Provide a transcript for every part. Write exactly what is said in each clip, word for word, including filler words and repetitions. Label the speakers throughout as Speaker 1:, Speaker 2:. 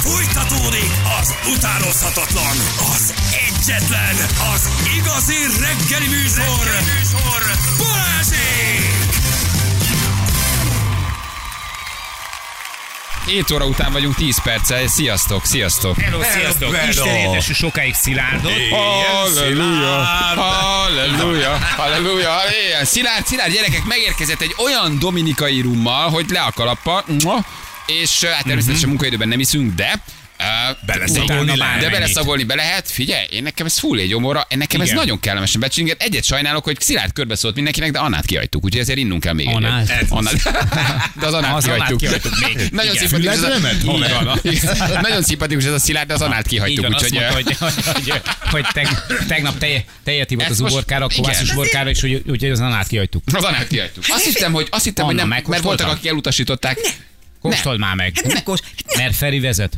Speaker 1: Fújtatódik az utánozhatatlan, az egyetlen, az igazi reggeli műsor, reggeli műsor. Balázsék!
Speaker 2: hét óra után vagyunk tíz perccel. Sziasztok, sziasztok.
Speaker 3: Hello, sziasztok.
Speaker 4: Hello.
Speaker 3: Isten édesű sokáig Szilárdot.
Speaker 2: Halleluja, halleluja, halleluja. Ilyen Szilárd, Szilárd gyerekek, megérkezett egy olyan dominikai rummal, hogy le a kalappa, és hát természetesen munkaidőben nem iszunk, de Uh,
Speaker 4: beleszagolni
Speaker 2: de, de beleszagolni be lehet. Figyelj, én nekem ez full egy gyomorra, nekem ez nagyon kellemesen becsinget. Egyet sajnálok, hogy Szilárd körbe szólt mindenkinek, de Annát kihagytuk, úgyhogy ezért innunk kell még egyet.
Speaker 3: Annát?
Speaker 2: Annát. De az Annát
Speaker 3: az
Speaker 2: kihagytuk.
Speaker 3: kihagytuk még.
Speaker 2: Nagyon szimpatikus ez a, nagyon szimpatikus ez a Szilárd, de az Annát kihagytuk.
Speaker 3: Így van, azt mondta, hogy, hogy, hogy teg, tegnap teje, tejet ivott az uborkára, a kovászos uborkára, és úgyhogy az Annát kihagytuk.
Speaker 2: Az Annát kihagytuk. Azt hittem, hogy, azt hittem, hogy nem, mert voltak, akik elutasították.
Speaker 3: Kóstold már meg.
Speaker 5: Hát nem kóst.
Speaker 3: Mert Feri vezet.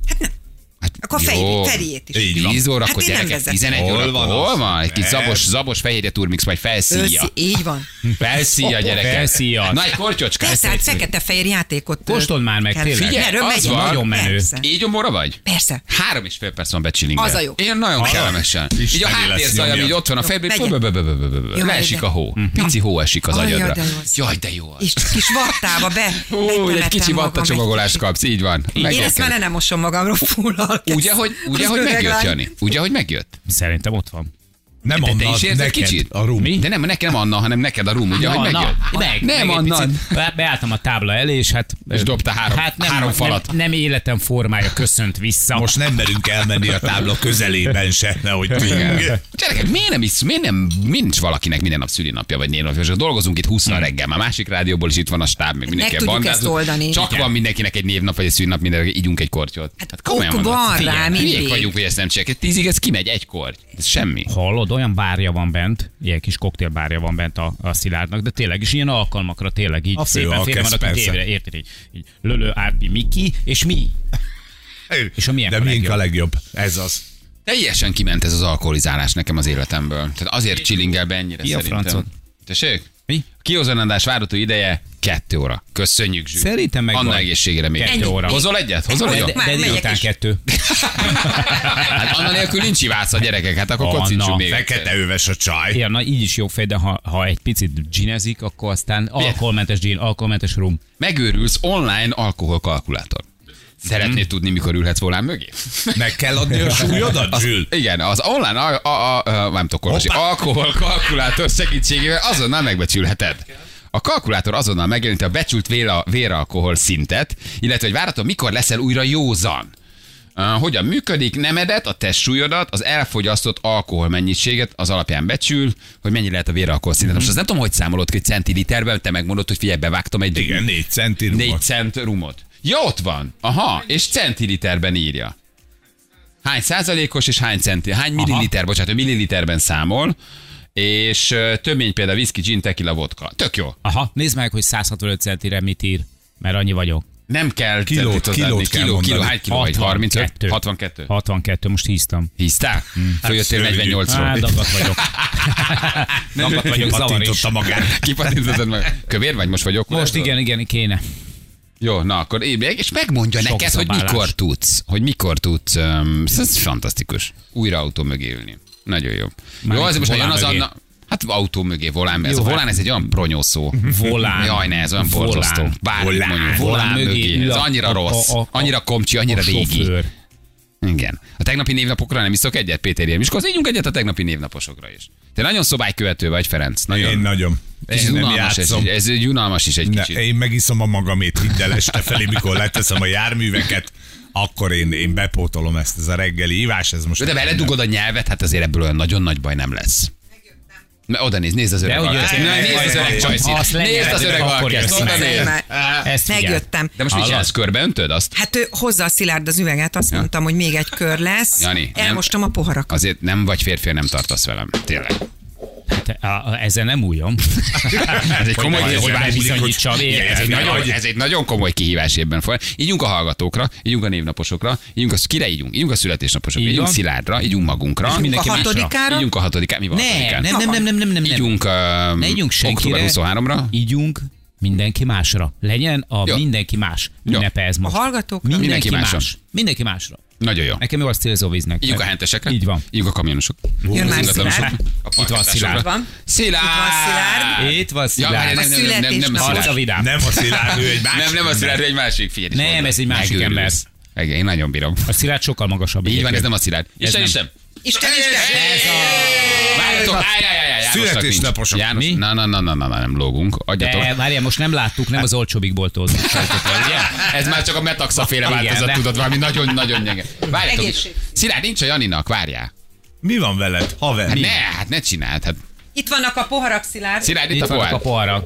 Speaker 5: Akkor
Speaker 2: Jó.
Speaker 5: Feriét is.
Speaker 4: Így van.
Speaker 2: tíz óra, akkor
Speaker 5: Hát én nem
Speaker 2: gyerekek,
Speaker 5: vezetem.
Speaker 2: tizenegy óra,
Speaker 4: Hol van
Speaker 2: hol
Speaker 4: az?
Speaker 2: van? Egy kis
Speaker 4: Ez.
Speaker 2: zabos, zabos fehérje turmix, majd felszíja.
Speaker 5: Őszi, így van.
Speaker 2: Felszíja, gyerekek.
Speaker 3: Felszíja.
Speaker 2: Na, egy kortyocska.
Speaker 5: Persze, hát fekete-fehér játékot.
Speaker 3: Kóstold már meg,
Speaker 5: kell-
Speaker 3: tényleg.
Speaker 2: Figyelj,
Speaker 5: Erről
Speaker 2: az
Speaker 5: megyünk.
Speaker 2: van.
Speaker 3: Nagyon menő.
Speaker 5: Persze.
Speaker 2: Így gyomorra vagy?
Speaker 5: Persze.
Speaker 2: Három és fél perc van becsilingve.
Speaker 5: Az a jó.
Speaker 2: Ilyen nagyon kellemesen.
Speaker 4: Isten
Speaker 2: Így a
Speaker 4: éles
Speaker 2: háttérzaj, ami
Speaker 4: nyomja.
Speaker 2: ott van a fejben,
Speaker 5: megyek.
Speaker 2: bö-bö-bö-bö-bö-bö-bö.
Speaker 5: Jó,
Speaker 2: leesik
Speaker 5: de-
Speaker 2: a hó. Pici hó esik az
Speaker 5: Aj, jaj,
Speaker 2: agyadra.
Speaker 5: de jó az.
Speaker 2: Jaj, de jó az.
Speaker 5: És kis vattába be.
Speaker 2: Ó, egy
Speaker 5: betemettem
Speaker 2: kicsi
Speaker 5: magam
Speaker 2: vattacsomagolást
Speaker 5: egy
Speaker 2: kapsz, így van.
Speaker 5: kicsit. Én ezt
Speaker 2: Megérkezik.
Speaker 5: már nem mosom magamról fullal.
Speaker 2: Ugye, hogy, ugye,
Speaker 5: Az
Speaker 2: hogy
Speaker 5: öreg
Speaker 2: megjött,
Speaker 5: lány.
Speaker 2: Jani? Ugye, hogy megjött?
Speaker 3: Szerintem ott van.
Speaker 4: Nem
Speaker 2: De te
Speaker 4: Anna,
Speaker 2: is érzed
Speaker 4: neked
Speaker 2: kicsit?
Speaker 4: a rum.
Speaker 3: Mi?
Speaker 2: De nem, nekem Anna, hanem neked a rum, ugye, hogy
Speaker 3: Na,
Speaker 2: megjött?
Speaker 3: meg,
Speaker 2: Nem,
Speaker 3: meg egy
Speaker 2: Anna.
Speaker 3: picit. Be- Beálltam a tábla elé, és hát...
Speaker 2: És dobta három-
Speaker 3: hát nem,
Speaker 2: három falat.
Speaker 3: Nem, nem életem formája köszönt vissza.
Speaker 4: Most nem merünk elmenni a tábla közelében se, nehogy
Speaker 2: Igen. Gyerekek, miért nem is, miért nem, nincs valakinek minden nap szülinapja, vagy névnapja, és dolgozunk itt húsz rreggel, már másik rádióból is itt van a stáb, meg mindenki
Speaker 5: tudjuk
Speaker 2: bandázunk.
Speaker 5: ezt oldani.
Speaker 2: Csak
Speaker 5: Igen.
Speaker 2: van mindenkinek egy névnap, vagy egy szülinap, mindenki ígyunk egy kortyot.
Speaker 5: Hát
Speaker 2: komolyan
Speaker 5: ok
Speaker 2: mondom.
Speaker 5: van
Speaker 2: Figyelj,
Speaker 5: rá
Speaker 2: hülyék
Speaker 5: mindig.
Speaker 2: vagyunk, hogy ezt nem csinálják. Tízig ez kimegy egy korty. Ez semmi.
Speaker 3: Hallod, olyan bárja van bent, ilyen kis koktélbárja van bent a, a Szilárdnak, de tényleg is ilyen alkalmakra tényleg így
Speaker 4: A fő
Speaker 3: szépen félre
Speaker 4: alkesz,
Speaker 3: vannak
Speaker 4: persze.
Speaker 3: évre, érted? Így, így Lölő, Árpi, Miki, és mi? És a miénk
Speaker 4: De
Speaker 3: a
Speaker 4: miénk
Speaker 3: legjobb?
Speaker 4: a legjobb. Ez az.
Speaker 2: Teljesen kiment ez az alkoholizálás nekem az életemből. Tehát azért csilingel be ennyire
Speaker 3: Mi a
Speaker 2: szerintem.
Speaker 3: francod?
Speaker 2: Tessék?
Speaker 3: Mi?
Speaker 2: Kihozanadás várható ideje kettő óra. Köszönjük, Zsű.
Speaker 3: Szerintem meg
Speaker 2: Anna
Speaker 3: van.
Speaker 2: egészségére még.
Speaker 3: Kettő óra.
Speaker 2: Hozol egyet? Hozol
Speaker 3: De,
Speaker 2: egyet?
Speaker 3: de,
Speaker 5: Már
Speaker 3: de
Speaker 5: megyek
Speaker 3: délután
Speaker 5: is.
Speaker 3: kettő.
Speaker 2: Hát Anna nélkül nincs ivász a gyerekek, hát akkor
Speaker 3: Anna.
Speaker 2: kocincsunk még
Speaker 4: Fekete
Speaker 2: egyszer.
Speaker 4: öves a csaj.
Speaker 3: Igen, na így is jó fej, de ha, ha egy picit ginezik, akkor aztán alkoholmentes gin, alkoholmentes rum.
Speaker 2: Megőrülsz online alkoholkalkulátor. Szeretnéd tudni, mikor ülhetsz volán mögé?
Speaker 4: Meg kell adni a súlyodat, Zsül?
Speaker 2: Igen, az online a, a, a, a, nem tudok olvasni,
Speaker 4: Hoppá.
Speaker 2: alkoholkalkulátor segítségével azonnal megbecsülheted. A kalkulátor azonnal megjelenti a becsült véra, véralkohol szintet, illetve hogy várható, mikor leszel újra józan. Uh, hogyan működik? Nemedet, a testsúlyodat, az elfogyasztott alkohol mennyiséget az alapján becsül, hogy mennyi lehet a véralkohol szintet. Most azt nem tudom, hogy számolod ki centiliterben, te megmondod, hogy figyelj, bevágtam egy
Speaker 4: Igen, négy centi
Speaker 2: négy
Speaker 4: rumot.
Speaker 2: cent rumot. Ja, ott van. Aha, és centiliterben írja. Hány százalékos és hány centi, hány milliliter, bocsánat, milliliterben számol, és ö, tömény például whisky, gin, tequila, vodka. Tök jó.
Speaker 3: Aha, nézd meg, hogy száz hatvanöt centire mit ír, mert annyi vagyok.
Speaker 2: Nem kell
Speaker 4: Kilót,
Speaker 2: centit
Speaker 4: kilót
Speaker 2: adni.
Speaker 4: kell
Speaker 2: kiló, kiló,
Speaker 4: mondani.
Speaker 2: hány kiló vagy? harmincöt? hatvankettő?
Speaker 3: hatvankettő, most híztam.
Speaker 2: Híztál? Följöttél
Speaker 4: szörnyű.
Speaker 2: negyvennyolcról.
Speaker 3: Á, dagat vagyok. dagat vagyok, zavar is.
Speaker 4: Patintotta magát.
Speaker 2: Kipatintottad meg. Kövér vagy most vagy okul?
Speaker 3: Most igen, igen, kéne.
Speaker 2: Jó, na akkor ébredj, és megmondja
Speaker 3: Sok
Speaker 2: neked, hogy
Speaker 3: zabálás.
Speaker 2: mikor tudsz. Hogy mikor tudsz. Um, ez fantasztikus. Újra autó mögé ülni. Nagyon jó.
Speaker 3: Már
Speaker 2: Jó, azért most
Speaker 3: volán
Speaker 2: jön az
Speaker 3: mögé.
Speaker 2: Anna... Hát autó mögé, volán. Ez
Speaker 3: Jó,
Speaker 2: a
Speaker 3: hát-
Speaker 2: volán, ez egy olyan pronyó szó.
Speaker 3: Volán.
Speaker 2: Jaj, ne, ez olyan
Speaker 3: Volán.
Speaker 2: borzasztó. Bármit
Speaker 4: Volán.
Speaker 2: mondjuk. Volán mögé.
Speaker 3: ül
Speaker 2: Ez
Speaker 3: a-
Speaker 2: annyira
Speaker 3: a-
Speaker 2: rossz.
Speaker 3: a- a-
Speaker 2: Annyira komcsi, annyira
Speaker 3: a
Speaker 2: régi.
Speaker 3: sofőr.
Speaker 2: Igen. A tegnapi névnapokra nem iszok egyet, Péter ilyen. És akkor ígyunk egyet a tegnapi névnaposokra is. Te nagyon szobálykövető vagy, Ferenc. Nagyon.
Speaker 4: Én nagyon.
Speaker 2: Ez
Speaker 4: Én nem
Speaker 2: unalmas, ez,
Speaker 4: játszom.
Speaker 2: ez egy unalmas is egy
Speaker 4: Ne,
Speaker 2: kicsit.
Speaker 4: én megiszom a magamét, hidd el, este felé, mikor leteszem a járműveket, akkor én, én bepótolom ezt, ez a reggeli ivás, ez most...
Speaker 2: De beledugod a nyelvet, hát azért ebből olyan nagyon nagy baj nem lesz. Na, oda néz, nézd az öreg
Speaker 3: hogy
Speaker 2: alkeszt.
Speaker 3: jössz,
Speaker 2: Na, Nézd az öreg
Speaker 3: azt
Speaker 2: csajszit. Nézd az
Speaker 3: lenyeled,
Speaker 2: öreg
Speaker 3: akkor
Speaker 2: alkeszt.
Speaker 3: jössz
Speaker 2: Oda
Speaker 3: meg.
Speaker 2: nézd.
Speaker 3: Ezt figyeld.
Speaker 5: Megjöttem.
Speaker 2: De most mit csinálsz? Körbe öntöd azt?
Speaker 5: Hát ő hozza a Szilárd az üveget, azt mondtam, hogy még egy kör lesz.
Speaker 2: Jani, nem-
Speaker 5: Elmostam a poharakat.
Speaker 2: Azért nem vagy férfi, nem tartasz velem. Tényleg.
Speaker 3: Hát, a- a- ezzel nem újom.
Speaker 2: Ez egy komoly
Speaker 3: Hogy
Speaker 2: kihívás.
Speaker 3: bebizonyítsam,
Speaker 2: Igen, ez, egy
Speaker 3: érted?
Speaker 2: nagyon, ez egy nagyon komoly kihívás ebben. Ígyunk a hallgatókra, ígyunk a névnaposokra, ígyunk a, kire ígyunk? Ígyunk a születésnaposokra,
Speaker 3: Így
Speaker 2: ígyunk
Speaker 3: van.
Speaker 2: Szilárdra, ígyunk magunkra.
Speaker 3: És mindenki
Speaker 5: A
Speaker 3: másra.
Speaker 5: hatodikára?
Speaker 2: Ígyunk a hatodikára. Mi van a
Speaker 3: Nem,
Speaker 2: hatodikán?
Speaker 3: nem, nem, nem, nem, nem, nem.
Speaker 2: Ígyunk uh,
Speaker 3: Ne ígyunk
Speaker 2: október
Speaker 3: senkire.
Speaker 2: huszonháromra.
Speaker 3: Ígyunk Mindenki másra. Legyen a
Speaker 2: Jó.
Speaker 3: mindenki más ünnepe ez most.
Speaker 5: A hallgatókra?
Speaker 3: Mindenki,
Speaker 2: Mindenki
Speaker 3: más.
Speaker 2: másra.
Speaker 3: Mindenki másra.
Speaker 2: Nagyon jó.
Speaker 3: Nekem jó a célzóvíznek.
Speaker 2: Ígyunk a hentesekre.
Speaker 3: Így van.
Speaker 2: Ígyunk a kamionosok.
Speaker 5: Jön már
Speaker 2: Ingatlanosok.
Speaker 5: Szilárd.
Speaker 2: A
Speaker 3: Itt van Szilárd.
Speaker 5: Van.
Speaker 2: Szilárd!
Speaker 5: Itt van Szilárd.
Speaker 3: Itt van
Speaker 2: Ja,
Speaker 3: Szilárd.
Speaker 2: várj, nem, nem, nem, nem, nem a
Speaker 5: Születésnap.
Speaker 3: Arca
Speaker 2: Szilárd.
Speaker 3: vidám.
Speaker 4: Nem a Szilárd, ő egy másik.
Speaker 2: Nem, nem a Szilárd, ő egy másik. Figyelj,
Speaker 3: Nem,
Speaker 2: mondom.
Speaker 3: ez egy másik
Speaker 2: Megőrülsz. Igen, én nagyon bírom.
Speaker 3: A Szilárd sokkal magasabb.
Speaker 2: Így van, ez
Speaker 3: egyébként.
Speaker 2: nem a Szilárd. Isten,
Speaker 3: nem.
Speaker 2: Isten!
Speaker 5: Isten, Isten!
Speaker 2: Várjatok, állj, állj, állj, állj, Jánosnak
Speaker 4: Születésnaposok.
Speaker 2: nincs. János,
Speaker 3: Mi?
Speaker 2: na, na, na, na, na, na, nem lógunk. Adjatok.
Speaker 3: De várjál, most nem láttuk, nem az olcsóbbik boltól. ugye?
Speaker 2: Ez már csak a metaxa féle
Speaker 3: Igen,
Speaker 2: változat,
Speaker 3: de-
Speaker 2: tudod, valami nagyon-nagyon nyenge. Várjatok,
Speaker 5: Egészség.
Speaker 2: Szilárd, nincs a Janinak, várjál.
Speaker 4: Mi van veled, haver?
Speaker 2: Hát ne, hát ne csináld. Hát.
Speaker 5: Itt vannak a poharak, Szilárd.
Speaker 2: Szilárd, itt,
Speaker 3: Itt
Speaker 2: a
Speaker 3: vannak a
Speaker 2: pohár.
Speaker 3: poharak.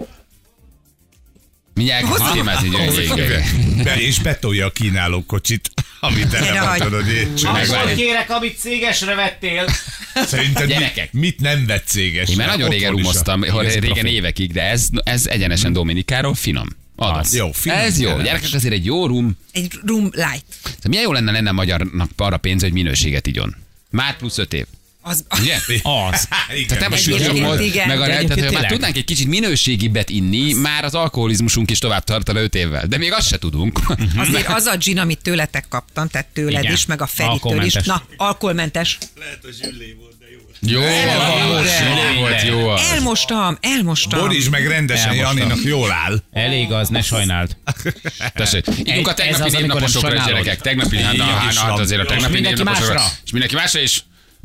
Speaker 2: Mindjárt
Speaker 5: Hozzá-
Speaker 2: témázni, hogy
Speaker 4: Be, és betolja a kínáló kocsit, amit
Speaker 5: Gyere,
Speaker 4: elmondtad,
Speaker 5: hagyj.
Speaker 4: hogy én csak.
Speaker 2: Megvárj.
Speaker 3: kérek, amit cégesre vettél.
Speaker 4: Szerinted
Speaker 2: Gyerekek.
Speaker 4: mit, mit nem vett céges?
Speaker 2: Én már nagyon régen rumoztam,
Speaker 3: Igazi
Speaker 2: régen
Speaker 3: profi.
Speaker 2: évekig, de ez, ez egyenesen Dominikáról finom. Adom.
Speaker 3: Az.
Speaker 4: Jó, finom.
Speaker 2: Ez jó.
Speaker 4: Kellemes.
Speaker 2: Gyerekek, azért egy jó rum.
Speaker 5: Egy room light.
Speaker 2: Szóval milyen jó lenne lenne a magyarnak arra pénz, hogy minőséget igyon. Már plusz öt év.
Speaker 5: Az,
Speaker 2: Ugye?
Speaker 3: Az.
Speaker 4: Igen.
Speaker 2: Tehát nem a
Speaker 5: Egyébként
Speaker 2: sűrűsömmel,
Speaker 5: igen.
Speaker 2: meg a
Speaker 3: De
Speaker 2: tehát,
Speaker 3: egyébként
Speaker 2: ha már
Speaker 3: tényleg.
Speaker 2: tudnánk egy kicsit minőségibbet inni, már az alkoholizmusunk is tovább tartana öt évvel. De még azt se tudunk.
Speaker 5: azért az a gin, amit tőletek kaptam, tehát tőled
Speaker 3: Igen.
Speaker 5: is, meg a Feritől is.
Speaker 3: Alkoholmentes.
Speaker 5: Na, alkoholmentes.
Speaker 2: Jó, jó, jó volt, jó az.
Speaker 5: Elmostam, elmostam.
Speaker 4: Boris meg rendesen
Speaker 3: Elmostam.
Speaker 4: Janinak jól áll.
Speaker 3: Elég az, ne sajnáld.
Speaker 2: Tessék, ígyunk a
Speaker 3: Ez
Speaker 2: tegnapi
Speaker 3: az, amikor nem
Speaker 2: névnaposokra,
Speaker 3: sajnálod.
Speaker 2: gyerekek. Tegnapi, na,
Speaker 4: Így
Speaker 2: na,
Speaker 4: is
Speaker 2: hát
Speaker 4: van.
Speaker 2: azért a
Speaker 4: És
Speaker 2: tegnapi
Speaker 3: mindenki
Speaker 2: névnaposokra.
Speaker 3: másra.
Speaker 2: És mindenki másra is.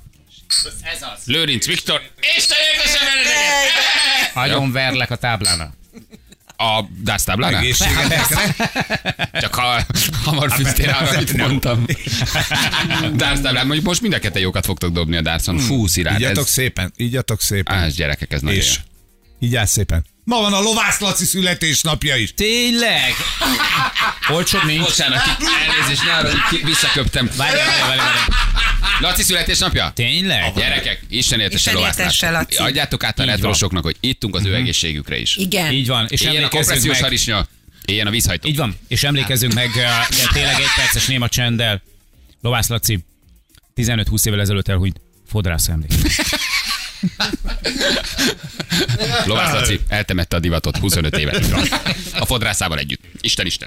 Speaker 3: Ez az.
Speaker 2: Lőrinc Viktor. Isten értesen veledeket!
Speaker 3: Agyon verlek a táblára.
Speaker 2: A dásztáblánál?
Speaker 4: Egészségetekre.
Speaker 2: Csak ha hamar fűztél arra, amit mondtam. Dásztáblán, mondjuk most mind a ketten jókat fogtok dobni a dárcon. Fú, Szilárd,
Speaker 4: Ígyatok
Speaker 2: ez...
Speaker 4: szépen, ígyatok szépen.
Speaker 2: Á, ez gyerekek, ez nagyon
Speaker 4: És ígyál szépen. Ma van a Lovász Laci születésnapja is.
Speaker 3: Tényleg? Olcsóbb nincs.
Speaker 2: Bocsánat, ki, elnézést, ne arra, ki, visszaköptem.
Speaker 3: Várjál, várjál, várjál.
Speaker 2: Laci születésnapja?
Speaker 3: Tényleg?
Speaker 2: Gyerekek, Isten értesse
Speaker 5: Isten
Speaker 2: Lovász
Speaker 5: értesse,
Speaker 2: Laci.
Speaker 5: Laci.
Speaker 2: Adjátok át a
Speaker 3: Így van.
Speaker 2: retrosoknak, hogy ittunk az ő egészségükre is.
Speaker 5: Igen.
Speaker 3: Így van. És
Speaker 2: Éljen a
Speaker 3: emlékezzünk
Speaker 2: kompressziós
Speaker 3: meg.
Speaker 2: harisnya, éljen a vízhajtó.
Speaker 3: Így van. És emlékezzünk meg uh, de tényleg egy perces néma csenddel. Lovász Laci tizenöt-húsz évvel ezelőtt elhunyt fodrász emlék.
Speaker 2: Lovász Laci eltemette a divatot huszonöt éve. A fodrászával együtt. Isten, Isten.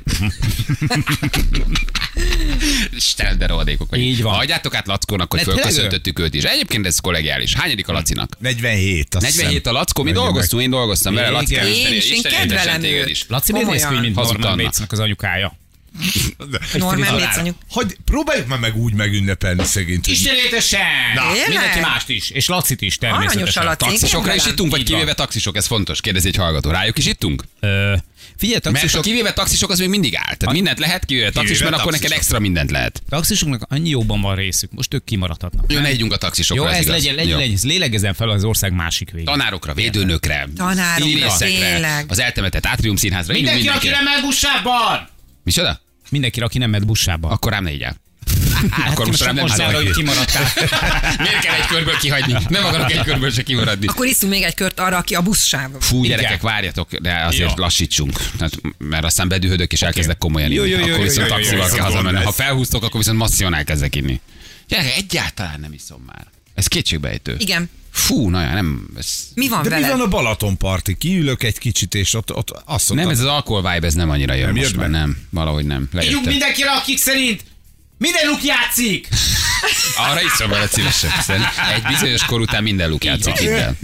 Speaker 2: Isten, de rohadékok vagyunk.
Speaker 3: Így van.
Speaker 2: Ha adjátok át Lackónak, hogy
Speaker 3: De tényleg
Speaker 2: fölköszöntöttük őt is. Egyébként ez kollegiális. Hányadik a Lacinak?
Speaker 4: negyvenhét, azt
Speaker 2: negyvenhét a
Speaker 4: hiszem.
Speaker 2: Lackó, mi
Speaker 4: Nagyon
Speaker 2: dolgoztunk, én dolgoztam vele. Laci,
Speaker 3: Igen.
Speaker 2: Isten,
Speaker 5: Én is, én
Speaker 2: Isten
Speaker 5: kedvelem
Speaker 2: éltessen téged
Speaker 5: őt.
Speaker 2: is.
Speaker 3: Laci miért néz ki,
Speaker 5: Komolyan.
Speaker 3: mint
Speaker 2: Hazudta
Speaker 3: Norman
Speaker 2: Anna.
Speaker 3: Batesnek az anyukája?
Speaker 5: Norman
Speaker 3: Frizi
Speaker 5: Bates anyuk.
Speaker 4: Hogy próbáljuk már meg úgy megünnepelni szegényt. hogy-
Speaker 3: Istenlétesen!
Speaker 5: Tényleg?
Speaker 3: Mindenki mást is. És Lacit is
Speaker 5: Aranyos a
Speaker 3: természetesen.
Speaker 5: Laci.
Speaker 2: Taxisokra is
Speaker 5: Kedvelem.
Speaker 2: ittunk, vagy
Speaker 3: Így van.
Speaker 2: kivéve taxisok? Ez fontos. Kérdezi egy hallgató. Rájuk is ittunk?
Speaker 3: Ö, Figyelj,
Speaker 2: Mert a
Speaker 3: taxisok,
Speaker 2: kivéve taxisok az még mindig áll. Tehát mindent lehet, kivéve taxis,
Speaker 4: Kivéve
Speaker 2: mert akkor neked
Speaker 4: taxisok.
Speaker 2: extra mindent lehet.
Speaker 3: taxisoknak annyi jóban van részük. Most ők kimaradhatnak.
Speaker 2: Jó, ne higgyünk a taxisokra,
Speaker 3: Jó,
Speaker 2: ez
Speaker 3: ez
Speaker 2: igaz.
Speaker 3: legyen, legyen,
Speaker 2: Jó.
Speaker 3: legyen, lélegezzen fel az ország másik végén.
Speaker 2: Tanárokra, védőnőkre,
Speaker 5: Tanárokra,
Speaker 2: színészekre,
Speaker 5: tényleg.
Speaker 2: az eltemetett Átrium Színházra. hívjuk
Speaker 3: Mindenki, aki
Speaker 2: mindenkire.
Speaker 3: nem megy buszában!
Speaker 2: Micsoda?
Speaker 3: Mindenki, aki nem megy buszában.
Speaker 2: Akkor rám ne így el. Akkor most rám nem
Speaker 3: most
Speaker 2: hiszem,
Speaker 3: arra,
Speaker 2: hogy
Speaker 3: hogy kimaradtál.
Speaker 2: miért kell egy körből kihagyni? Nem akarok egy körből se kimaradni.
Speaker 5: Akkor iszunk még egy kört arra, aki a buszsávban.
Speaker 2: Fú,
Speaker 3: Igen.
Speaker 2: gyerekek, várjatok, de azért
Speaker 3: Jó.
Speaker 2: lassítsunk. Tehát, mert aztán bedühödök és elkezdek komolyan inni.
Speaker 3: Jó, jó, jó,
Speaker 2: Akkor
Speaker 3: jó,
Speaker 2: viszont
Speaker 3: jó, jó,
Speaker 2: taxival
Speaker 3: jó,
Speaker 2: kell
Speaker 4: jó,
Speaker 2: hazamenni.
Speaker 4: gond
Speaker 2: Ha
Speaker 4: lesz.
Speaker 2: felhúztok, akkor viszont masszión elkezdek inni. Gyerekek, egyáltalán nem iszom már. Ez kétségbejtő.
Speaker 5: Igen.
Speaker 2: Fú, na nem. Ez...
Speaker 5: Mi van
Speaker 4: De mi
Speaker 5: vele?
Speaker 4: van a Balatonparti? Kiülök egy kicsit, és ott, ott azt
Speaker 2: Nem,
Speaker 4: mondtam,
Speaker 2: ez az alkohol vibe, ez nem annyira jön
Speaker 4: Nem
Speaker 2: most
Speaker 4: jött
Speaker 2: már.
Speaker 4: be?
Speaker 2: Nem, valahogy nem.
Speaker 3: Ígyunk
Speaker 2: Lejöttem.
Speaker 3: mindenkire, akik szerint minden luk játszik!
Speaker 2: Arra iszom vele szívesen. hiszen Egy bizonyos kor után minden luk játszik hiddel.